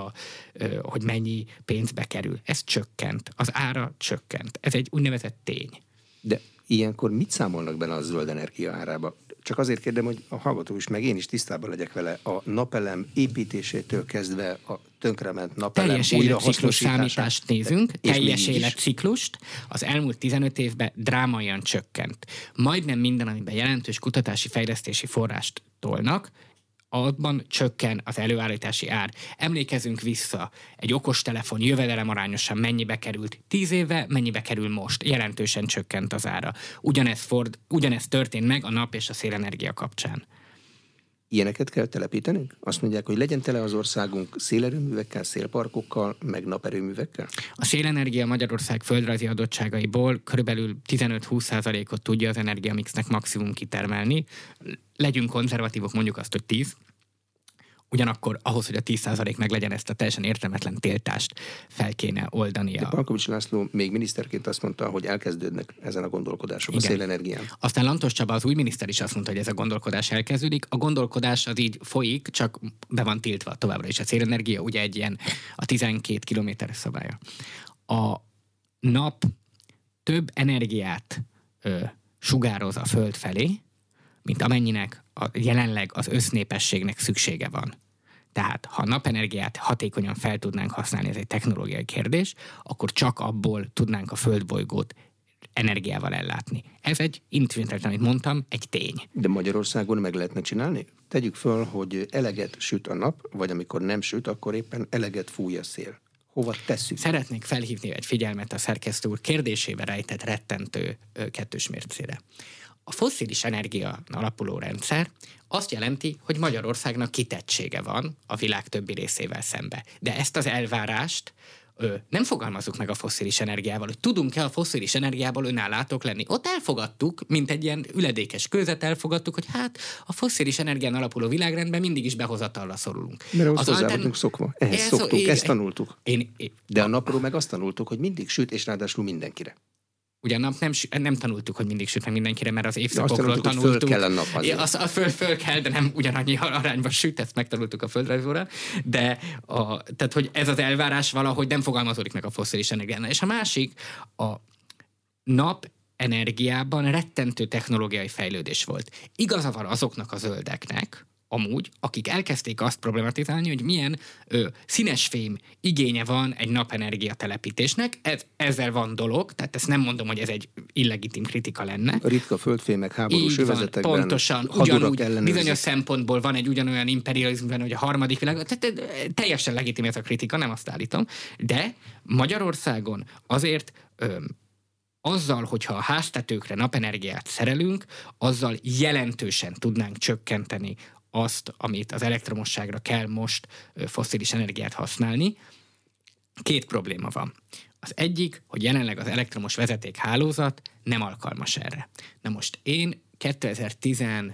hogy mennyi pénzbe kerül. Ez csökkent, az ára csökkent. Ez egy úgynevezett tény. De ilyenkor mit számolnak bele a zöld energia árába? Csak azért kérdem, hogy a hallgató is, meg én is tisztában legyek vele, a napelem építésétől kezdve a tönkrement napelem teljes életciklus számítást nézünk, teljes életciklust, az elmúlt 15 évben drámaian csökkent. Majdnem minden, amiben jelentős kutatási fejlesztési forrást tolnak, abban csökken az előállítási ár. Emlékezzünk vissza, egy okostelefon jövedelem arányosan mennyibe került 10 éve, mennyibe kerül most. Jelentősen csökkent az ára. Ugyanez történt meg a nap és a szélenergia kapcsán. Ilyeneket kell telepítenünk? Azt mondják, hogy legyen tele az országunk szélerőművekkel, szélparkokkal, meg naperőművekkel? A szélenergia Magyarország földrajzi adottságaiból körülbelül 15-20%-ot tudja az energiamixnek maximum kitermelni. Legyünk konzervatívok, mondjuk azt, hogy 10. Ugyanakkor ahhoz, hogy a 10% meg legyen, ezt a teljesen értelmetlen tiltást fel kéne oldania. De Palkovics László még miniszterként azt mondta, hogy elkezdődnek ezen a gondolkodások a szélenergián. Aztán Lantos Csaba, az új miniszter is azt mondta, hogy ez a gondolkodás elkezdődik. A gondolkodás az így folyik, csak be van tiltva továbbra is. A szélenergia ugye egy ilyen a 12 kilométeres szabálya. A nap több energiát sugároz a föld felé, mint amennyinek jelenleg az össznépességnek szüksége van. Tehát, ha a napenergiát hatékonyan fel tudnánk használni, ez egy technológiai kérdés, akkor csak abból tudnánk a földbolygót energiával ellátni. Ez egy, amit mondtam, egy tény. De Magyarországon meg lehetne csinálni? Tegyük föl, hogy eleget süt a nap, vagy amikor nem süt, akkor éppen eleget fúj a szél. Hova tesszük? Szeretnék felhívni egy figyelmet a szerkesztő úr kérdésébe rejtett rettentő kettős mércére. A fosszilis energia alapuló rendszer azt jelenti, hogy Magyarországnak kitettsége van a világ többi részével szembe. De ezt az elvárást nem fogalmazzuk meg a fosszilis energiával, hogy tudunk-e a fosszilis energiából önállátók lenni. Ott elfogadtuk, mint egy ilyen üledékes kőzet elfogadtuk, hogy hát a fosszilis energián alapuló világrendben mindig is behozatallal szorulunk. Mert ahhoz hozzá vagyunk szokva. Ehhez szoktuk, ezt tanultuk. De a napról meg azt tanultuk, hogy mindig süt, és ráadásul mindenkire. Ugyan nem tanultuk, hogy mindig süt meg mindenkire, mert az évszakokról tanultuk. Föl kell a nap azért. Föl kell, de nem ugyanannyi arányban süt, ezt megtanultuk a földrajzórán, de tehát, hogy ez az elvárás valahogy nem fogalmazódik meg a fosszilis energiánál. És a másik, a nap energiában rettentő technológiai fejlődés volt. Igaza van azoknak a zöldeknek, amúgy, akik elkezdték azt problematizálni, hogy milyen színesfém igénye van egy napenergia telepítésnek. Ezzel van dolog, tehát ezt nem mondom, hogy ez egy illegitim kritika lenne. A ritka földfémek háborús övezetekben, pontosan, ugyanúgy bizonyos szempontból van egy ugyanolyan imperializmusban, hogy a harmadik világ, tehát teljesen legitim ez a kritika, nem azt állítom, de Magyarországon azért azzal, hogyha a háztetőkre napenergiát szerelünk, azzal jelentősen tudnánk csökkenteni azt, amit az elektromosságra kell most fosszilis energiát használni. 2 probléma van. Az egyik, hogy jelenleg az elektromos vezetékhálózat nem alkalmas erre. Na most én 2014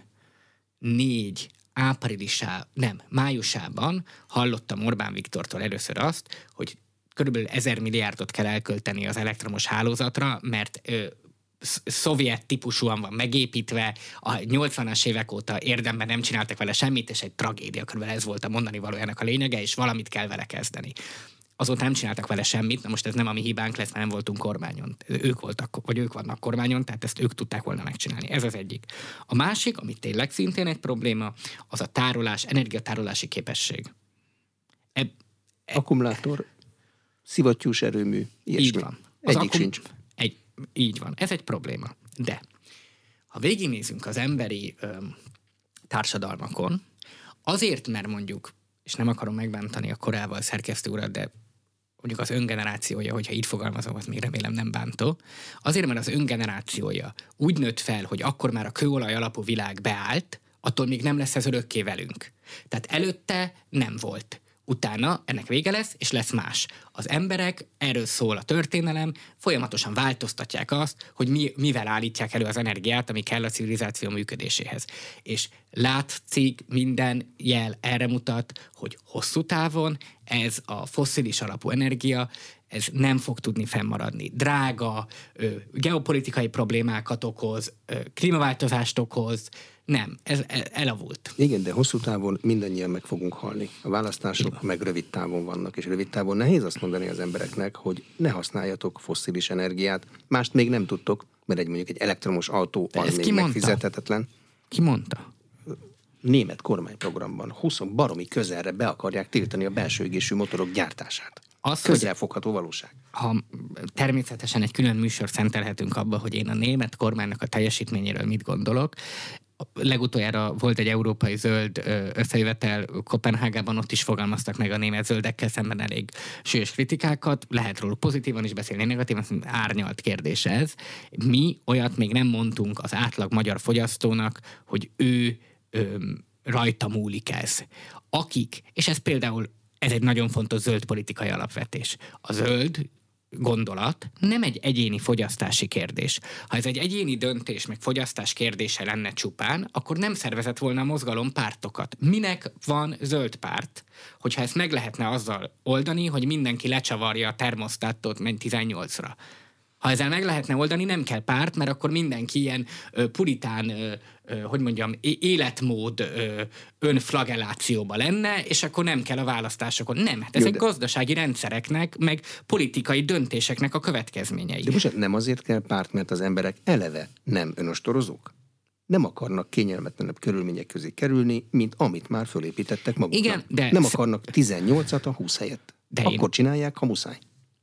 májusában hallottam Orbán Viktortól először azt, hogy körülbelül 1000 milliárdot kell elkölteni az elektromos hálózatra, mert szovjet típusúan van megépítve, a 80-as évek óta érdemben nem csináltak vele semmit, és egy tragédia, körülbelül ez volt a mondani valójának a lényege, és valamit kell vele kezdeni. Azóta nem csináltak vele semmit, na most ez nem a mi hibánk lesz, mert nem voltunk kormányon. Ők voltak, vagy ők vannak kormányon, tehát ezt ők tudták volna megcsinálni. Ez az egyik. A másik, ami tényleg szintén egy probléma, az a tárolás, energiatárolási képesség. Akkumulátor, szivattyús erőmű, ilyesmi. Így van. Egyik sincs. Így van. Ez egy probléma. De ha végignézünk az emberi társadalmakon, azért, mert mondjuk, és nem akarom megbántani a korával szerkesztő urat, de mondjuk az öngenerációja, hogyha így fogalmazom, az még remélem nem bántó, azért, mert az öngenerációja úgy nőtt fel, hogy akkor már a kőolaj alapú világ beállt, attól még nem lesz ez örökké velünk. Tehát előtte nem volt. Utána ennek vége lesz, és lesz más. Az emberek, erről szól a történelem, folyamatosan változtatják azt, hogy mivel állítják elő az energiát, ami kell a civilizáció működéséhez. És látszik, minden jel erre mutat, hogy hosszú távon ez a fosszilis alapú energia, ez nem fog tudni fennmaradni. Drága, geopolitikai problémákat okoz, klímaváltozást okoz, nem, ez elavult. Igen, de hosszú távon mindannyian meg fogunk halni. A választások meg rövid távon vannak, és rövid távon nehéz azt mondani az embereknek, hogy ne használjatok fosszilis energiát. Mást még nem tudtok, mert mondjuk egy elektromos autó az még megfizethetetlen. Ki mondta? Német kormányprogramban 20 baromi közelre be akarják tiltani a belső égésű motorok gyártását. Az közelfogható valóság. Ha természetesen egy külön műsor szentelhetünk abba, hogy én a német kormánynak a teljesítményéről mit gondolok. Legutoljára volt egy európai zöld összejövetel Koppenhágában, ott is fogalmaztak meg a német zöldekkel szemben elég súlyos kritikákat. Lehet róla pozitívan is beszélni, negatívan, árnyalt kérdés ez. Mi olyat még nem mondtunk az átlag magyar fogyasztónak, hogy ő rajta múlik ez. Akik, és ez például ez egy nagyon fontos zöld politikai alapvetés. A zöld gondolat nem egy egyéni fogyasztási kérdés. Ha ez egy egyéni döntés, meg fogyasztás kérdése lenne csupán, akkor nem szervezett volna a mozgalom pártokat. Minek van zöld párt, hogyha ezt meg lehetne azzal oldani, hogy mindenki lecsavarja a termosztátot 18-ra. Ha ezzel meg lehetne oldani, nem kell párt, mert akkor mindenki ilyen puritán, életmód önflagellációba lenne, és akkor nem kell a választásokon. Nem, hát ezek gazdasági rendszereknek, meg politikai döntéseknek a következményei. De most nem azért kell párt, mert az emberek eleve nem önostorozók? Nem akarnak kényelmetlenebb körülmények közé kerülni, mint amit már fölépítettek maguknak. Igen, de nem akarnak 18-at a 20 helyett. Akkor csinálják, ha muszáj.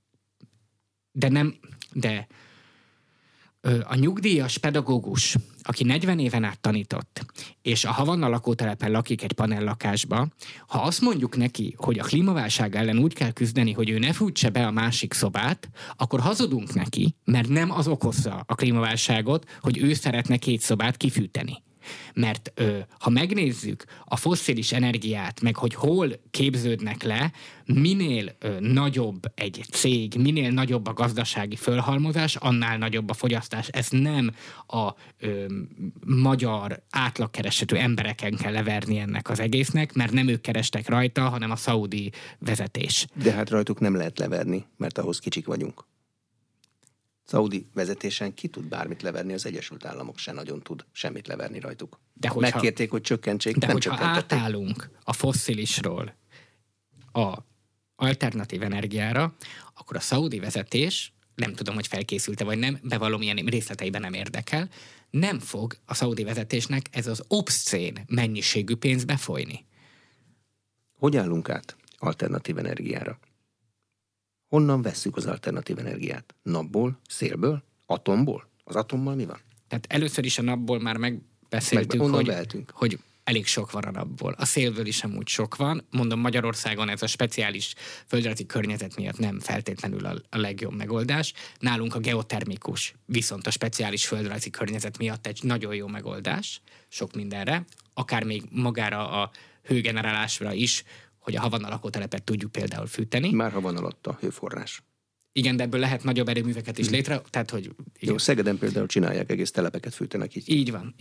De a nyugdíjas pedagógus, aki 40 éven át tanított, és a Havanna lakótelepen lakik egy panellakásba, ha azt mondjuk neki, hogy a klímaválság ellen úgy kell küzdeni, hogy ő ne fűtse be a másik szobát, akkor hazudunk neki, mert nem az okozza a klímaválságot, hogy ő szeretne 2 szobát kifűteni. Mert ha megnézzük a fosszilis energiát, meg hogy hol képződnek le, minél nagyobb egy cég, minél nagyobb a gazdasági fölhalmozás, annál nagyobb a fogyasztás. Ez nem a magyar átlagkeresetű embereken kell leverni ennek az egésznek, mert nem ők kerestek rajta, hanem a szaudi vezetés. De hát rajtuk nem lehet leverni, mert ahhoz kicsik vagyunk. Szaudi vezetésen ki tud bármit leverni, az Egyesült Államok se nagyon tud semmit leverni rajtuk. Megkérték, hogy csökkentsék, de nem hogyha csökkentették. átállunk a fosszilisról a alternatív energiára, akkor a szaudi vezetés, nem tudom, hogy felkészülte vagy nem, bevallom, ilyen részleteiben nem érdekel, nem fog a szaudi vezetésnek ez az obszcén mennyiségű pénz befolyni. Hogy állunk át alternatív energiára? Honnan vesszük az alternatív energiát? Napból, szélből, atomból? Az atommal mi van? Tehát először is a napból már megbeszéltük, hogy elég sok van a napból. A szélből is amúgy sok van. Mondom, Magyarországon ez a speciális földrajzi környezet miatt nem feltétlenül a legjobb megoldás. Nálunk a geotermikus, viszont a speciális földrajzi környezet miatt egy nagyon jó megoldás sok mindenre, akár még magára a hőgenerálásra is, hogy a Havanna lakótelepet tudjuk például fűteni. Már ha van alatt a hőforrás. Igen, de ebből lehet nagyobb erőműveket is létre, tehát hogy... Igen. Jó, Szegeden például csinálják, egész telepeket fűtenek így. Így van.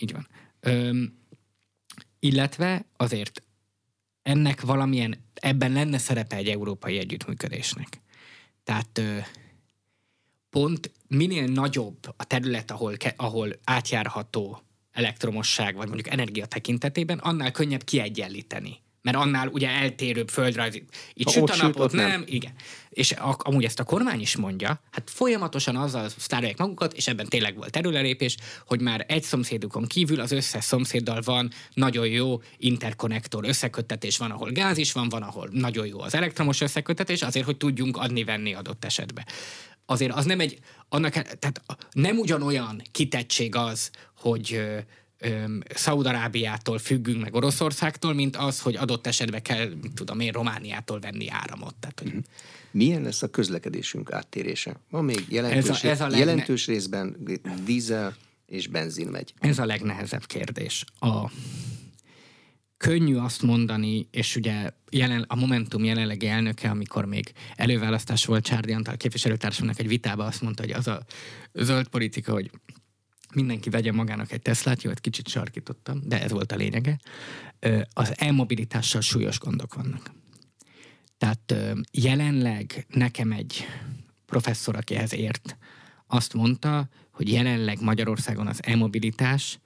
Illetve azért ennek valamilyen, ebben lenne szerepe egy európai együttműködésnek. Tehát pont minél nagyobb a terület, ahol átjárható elektromosság, vagy mondjuk energia tekintetében, annál könnyebb kiegyenlíteni. Mert annál ugye eltérőbb földrajzi. Itt süt a napot, nem? Igen. És amúgy ezt a kormány is mondja, hát folyamatosan azzal sztárolják magukat, és ebben tényleg volt előrelépés, hogy már egy szomszédukon kívül az összes szomszéddal van nagyon jó interkonnektor összeköttetés, van, ahol gáz is van, ahol nagyon jó az elektromos összeköttetés, azért, hogy tudjunk adni-venni adott esetben. Azért az nem tehát nem ugyanolyan kitettség az, hogy Szaúd-Arábiától függünk meg Oroszországtól, mint az, hogy adott esetben kell, Romániától venni áramot. Tehát, hogy... Milyen lesz a közlekedésünk áttérése? Van még jelentős részben dízel és benzin megy. Ez a legnehezebb kérdés. Könnyű azt mondani, és ugye a Momentum jelenlegi elnöke, amikor még előválasztás volt Csárdi Antal képviselőtársamnak egy vitában, azt mondta, hogy az a zöld politika, hogy mindenki vegye magának egy Teslát, jó, egy kicsit sarkítottam, de ez volt a lényege. Az e-mobilitással súlyos gondok vannak. Tehát jelenleg nekem egy professzor, aki ehhez ért, azt mondta, hogy jelenleg Magyarországon az e-mobilitáshoz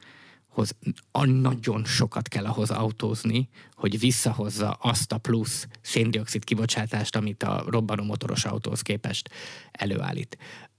nagyon sokat kell ahhoz autózni, hogy visszahozza azt a plusz széndioxid kibocsátást, amit a robbanó motoros autóhoz képest előállít.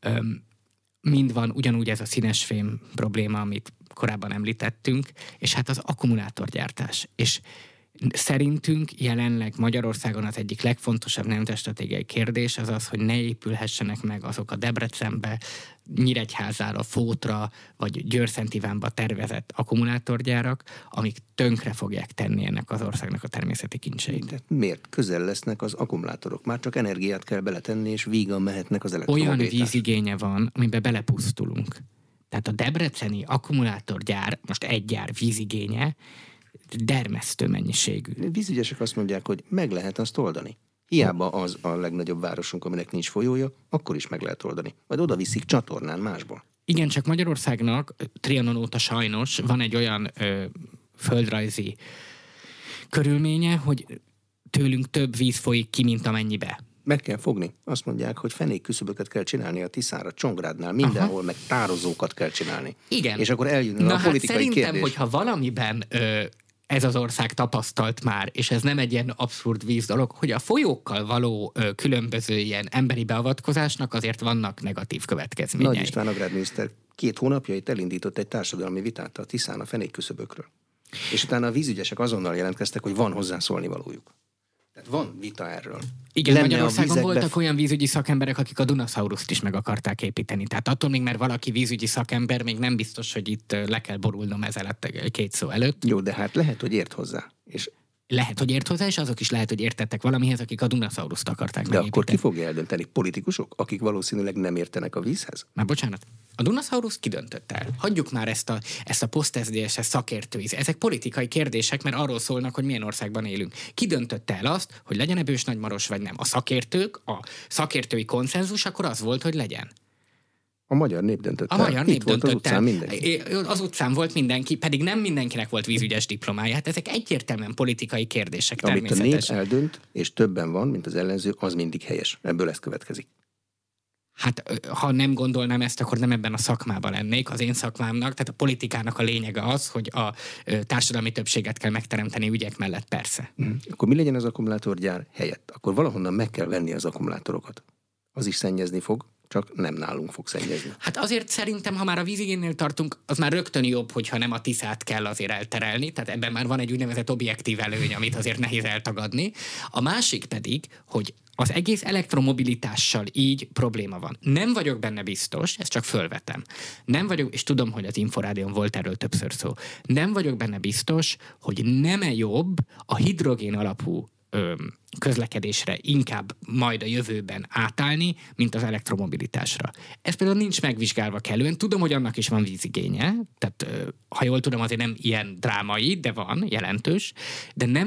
Mind van ugyanúgy ez a színesfém probléma, amit korábban említettünk, és hát az akkumulátorgyártás. És szerintünk jelenleg Magyarországon az egyik legfontosabb nemzetstratégiai kérdés az az, hogy ne épülhessenek meg azok a Debrecenbe, Nyíregyházára, Fótra vagy Győr-Szent-Ivánba tervezett akkumulátorgyárak, amik tönkre fogják tenni ennek az országnak a természeti kincseit. De miért? Közel lesznek az akkumulátorok. Már csak energiát kell beletenni, és vígan mehetnek az elektromobilitás. Olyan vízigénye van, amiben belepusztulunk. Tehát a debreceni akkumulátorgyár, most egy gyár vízigénye, dermesztő mennyiségű. Vízügyesek azt mondják, hogy meg lehet azt oldani. Hiába az a legnagyobb városunk, aminek nincs folyója, akkor is meg lehet oldani. Majd oda viszik csatornán másból. Igen, csak Magyarországnak Trianon óta sajnos van egy olyan földrajzi körülménye, hogy tőlünk több víz folyik ki, mint amennyibe. Meg kell fogni. Azt mondják, hogy fenékküszöböket kell csinálni a Tiszára, Csongrádnál, mindenhol, meg tározókat kell csinálni. Igen. És akkor eljönne a politikai szerintem, kérdés. Hogyha valamiben ez az ország tapasztalt már, és ez nem egy ilyen abszurd víz dolog, hogy a folyókkal való különböző ilyen emberi beavatkozásnak azért vannak negatív következményei. Nagy István agrárminiszter 2 hónapja itt elindított egy társadalmi vitát a Tiszán a fenékküszöbökről. És utána a vízügyesek azonnal jelentkeztek, hogy van hozzászólni valójuk. Tehát van vita erről. Igen, Magyarországon voltak olyan vízügyi szakemberek, akik a Dunasauruszt is meg akarták építeni. Tehát attól még, mert valaki vízügyi szakember, még nem biztos, hogy itt le kell borulnom ezzel 2 szó előtt. Jó, de hát lehet, hogy ért hozzá. És lehet, hogy ért hozzá, és azok is lehet, hogy értettek valamihez, akik a Dunasauruszt akarták de megépíteni. akkor ki fogja eldönteni? Politikusok, akik valószínűleg nem értenek a vízhez? Már bocsánat. A Dunasauruszt kidöntött el. Hagyjuk már ezt a post-SZDSZ szakértői. Ezek politikai kérdések, mert arról szólnak, hogy milyen országban élünk. Kidöntötte el azt, hogy legyen Bős Nagymaros vagy nem. A szakértői konszenzus akkor az volt, hogy legyen. A magyar nép döntött el. A magyar nép volt döntött el. Mindenki. Az utcán volt mindenki, pedig nem mindenkinek volt vízügyes diplomája. Hát ezek egyértelműen politikai kérdések természetesen. Amit a nép eldönt, és többen van, mint az ellenző, az mindig helyes. Ebből ez következik. Hát, ha nem gondolnám ezt, akkor nem ebben a szakmában lennék. Az én szakmámnak, tehát a politikának a lényege az, hogy a társadalmi többséget kell megteremteni ügyek mellett, persze. Akkor mi legyen az akkumulátorgyár helyett? Akkor valahonnan meg kell venni az akkumulátorokat. Az is szennyezni fog, csak nem nálunk fog szennyezni. Hát azért szerintem, ha már a vízigénynél tartunk, az már rögtön jobb, hogyha nem a Tiszát kell azért elterelni, tehát ebben már van egy úgynevezett objektív előny, amit azért nehéz eltagadni. A másik pedig, hogy az egész elektromobilitással így probléma van. Nem vagyok benne biztos, ezt csak fölvetem. Nem vagyok, és tudom, hogy az Inforádion volt erről többször szó, nem vagyok benne biztos, hogy nem-e jobb a hidrogén alapú közlekedésre inkább majd a jövőben átállni, mint az elektromobilitásra. Ez például nincs megvizsgálva kellően. Tudom, hogy annak is van vízigénye, tehát ha jól tudom, azért nem ilyen drámai, de van, jelentős, de nem vagyok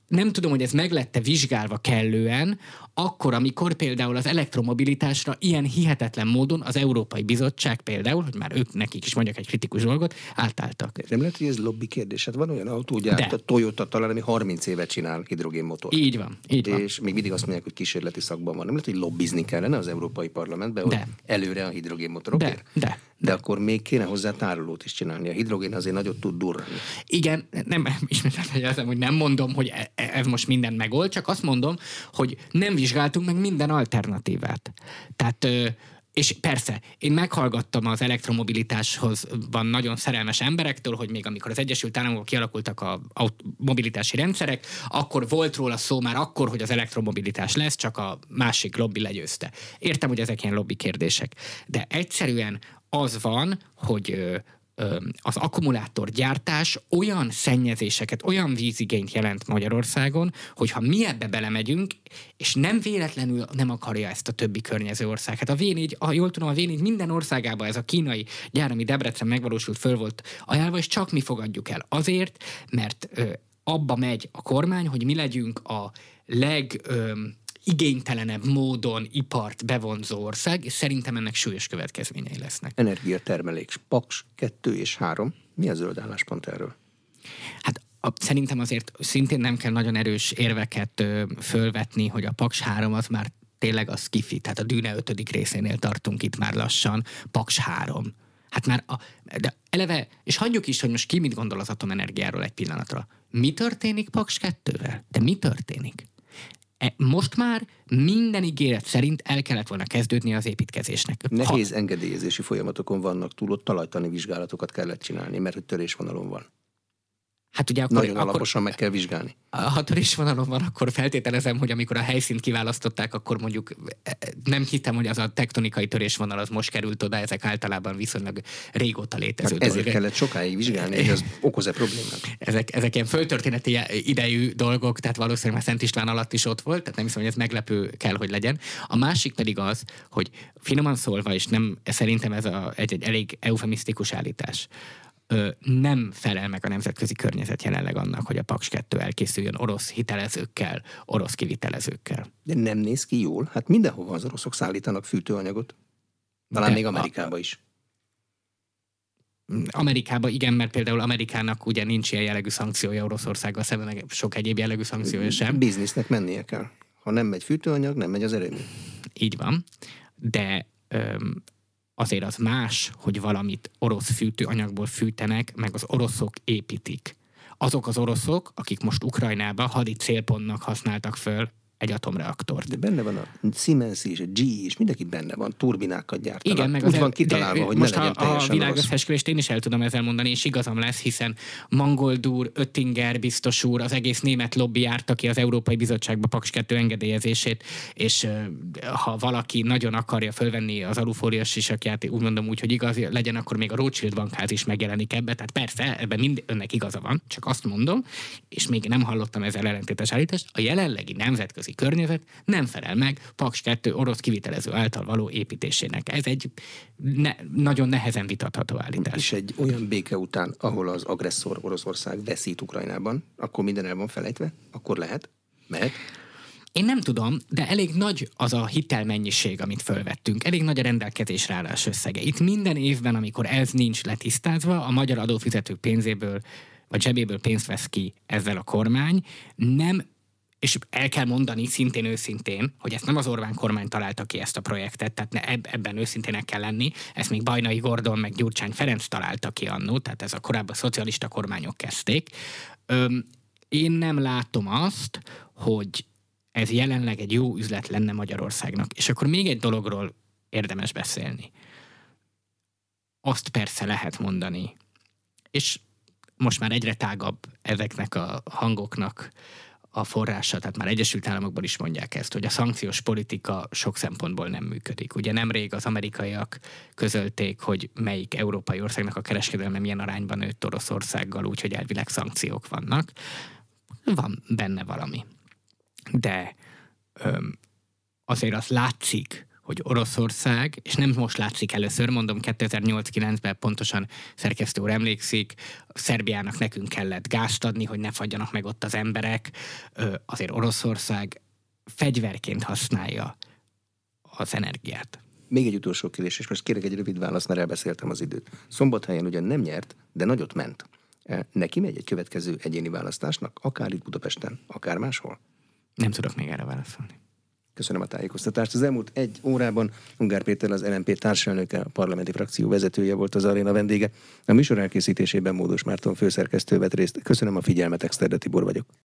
nem tudom, hogy ez meg lett-e vizsgálva kellően, akkor, amikor például az elektromobilitásra ilyen hihetetlen módon az Európai Bizottság például, hogy már ők nekik is mondjak egy kritikus dolgot, átálltak. Nem lehet, hogy ez lobby kérdés? Hát van olyan autógyárt, a Toyota talán, ami 30 évet csinál hidrogénmotort. Így van. És még mindig azt mondják, hogy kísérleti szakban van. Nem lehet, hogy lobbizni kellene az Európai Parlamentben, hogy előre a hidrogénmotorokért? De akkor még kéne hozzá tárolót is csinálni. A hidrogén azért nagyot tud durrani. Igen, nem ismételten, hogy nem mondom, hogy ez most mindent megold, csak azt mondom, hogy nem vizsgáltunk meg minden alternatívát. Tehát, és persze, én meghallgattam az elektromobilitáshoz van nagyon szerelmes emberektől, hogy még amikor az Egyesült Államokban kialakultak a mobilitási rendszerek, akkor volt róla szó már akkor, hogy az elektromobilitás lesz, csak a másik lobby legyőzte. Értem, hogy ezek ilyen lobby kérdések. De egyszerűen az van, hogy az akkumulátorgyártás olyan szennyezéseket, olyan vízigényt jelent Magyarországon, hogy ha mi ebbe belemegyünk, és nem véletlenül nem akarja ezt a többi környező ország. Hát a V4, ha jól tudom, a V4 minden országában ez a kínai gyár, ami Debrecen megvalósult, föl volt ajánlva, és csak mi fogadjuk el. Azért, mert abba megy a kormány, hogy mi legyünk a igénytelenebb módon ipart bevonzó ország, és szerintem ennek súlyos következményei lesznek. Energiatermelés, Paks 2 és 3. Mi a zöld álláspont erről? Hát szerintem azért szintén nem kell nagyon erős érveket fölvetni, hogy a Paks 3 az már tényleg az skifi, tehát a Dűne 5. részénél tartunk itt már lassan, Paks 3. Hát már, de eleve, és hagyjuk is, hogy most ki mit gondol az atomenergiáról egy pillanatra. Mi történik Paks 2-vel? De mi történik? Most már minden ígéret szerint el kellett volna kezdődni az építkezésnek. Nehéz engedélyezési folyamatokon vannak túl, ott talajtani vizsgálatokat kellett csinálni, mert hogy törésvonalon van. Hát ugye akkor, nagyon alaposan meg kell vizsgálni. Ha törésvonalon van, akkor feltételezem, hogy amikor a helyszínt kiválasztották, akkor mondjuk nem hittem, hogy az a tektonikai törésvonal az most került oda, ezek általában viszonylag régóta létező hát ezért kellett sokáig vizsgálni, hogy az okoz-e problémát. Ezek ilyen földtörténeti idejű dolgok, tehát valószínűleg már Szent István alatt is ott volt, tehát nem hiszem, hogy ez meglepő kell, hogy legyen. A másik pedig az, hogy finoman szólva, és nem, szerintem ez egy elég eufemisztikus állítás, nem felel meg a nemzetközi környezet jelenleg annak, hogy a Paks 2 elkészüljön orosz hitelezőkkel, orosz kivitelezőkkel. De nem néz ki jól? Hát mindenhova az oroszok szállítanak fűtőanyagot. Talán még Amerikába is. Amerikában igen, mert például Amerikának ugye nincs ilyen jellegű szankciója Oroszországgal szemben, meg sok egyéb jellegű szankciója sem. Biznisznek mennie kell. Ha nem megy fűtőanyag, nem megy az erőmű. Így van, de azért az más, hogy valamit orosz fűtőanyagból fűtenek, meg az oroszok építik. Azok az oroszok, akik most Ukrajnába hadi célpontnak használtak föl egy atomreaktort. De benne van a Siemens is, a GE is, mindenki benne van, turbinákat gyártanak. Igen, meg úgy van kitalálva, hogy ne legyen teljesen a világösszesküvést én is el tudom ezzel mondani, és igazam lesz, hiszen Mangold úr, Oettinger biztos úr, az egész német lobby járta ki az Európai Bizottságba Paks 2 engedélyezését, és ha valaki nagyon akarja fölvenni az alufóliás sisakját, úgy mondom úgy, hogy igaz legyen, akkor még a Rothschild bankház is megjelenik ebbe, tehát persze, ebben önnek igaza van, csak azt mondom, és még nem hallottam ezzel ellentétes állítást, a jelenlegi nemzetközi környezet nem felel meg Paks 2 orosz kivitelező által való építésének. Ez egy nagyon nehezen vitatható állítás. És egy olyan béke után, ahol az agresszor Oroszország veszít Ukrajnában, akkor minden el van felejtve? Akkor mehet? Én nem tudom, de elég nagy az a hitelmennyiség, amit fölvettünk. Elég nagy a rendelkezésre állás összege. Itt minden évben, amikor ez nincs letisztázva, a magyar adófizetők pénzéből vagy zsebéből pénzt vesz ki ezzel a kormány, és el kell mondani szintén őszintén, hogy ezt nem az Orbán kormány találta ki ezt a projektet, tehát ebben őszintének kell lenni, ezt még Bajnai Gordon meg Gyurcsány Ferenc találta ki annó, tehát ez a korábban szocialista kormányok kezdték. Én nem látom azt, hogy ez jelenleg egy jó üzlet lenne Magyarországnak. És akkor még egy dologról érdemes beszélni. Azt persze lehet mondani, és most már egyre tágabb ezeknek a hangoknak a forrása, tehát már Egyesült Államokban is mondják ezt, hogy a szankciós politika sok szempontból nem működik. Ugye nemrég az amerikaiak közölték, hogy melyik európai országnak a kereskedelme milyen arányban nőtt Oroszországgal, úgyhogy elvileg szankciók vannak. Van benne valami. De azért az látszik, hogy Oroszország, és nem most látszik először, mondom 2008-9-ben pontosan szerkesztő úr emlékszik, Szerbiának nekünk kellett gázt adni, hogy ne fagyjanak meg ott az emberek. Azért Oroszország fegyverként használja az energiát. Még egy utolsó kérdés, és most kérek egy rövid választ, mert elbeszéltem az időt. Szombathelyen ugyan nem nyert, de nagyot ment. Neki megy egy következő egyéni választásnak, akár itt Budapesten, akár máshol? Nem tudok még erre válaszolni. Köszönöm a tájékoztatást. Az elmúlt egy órában Ungár Péter, az LMP társelnöke, a parlamenti frakció vezetője volt az aréna vendége. A műsor elkészítésében Módos Márton főszerkesztő vett részt. Köszönöm a figyelmet, Exterde Tibor vagyok.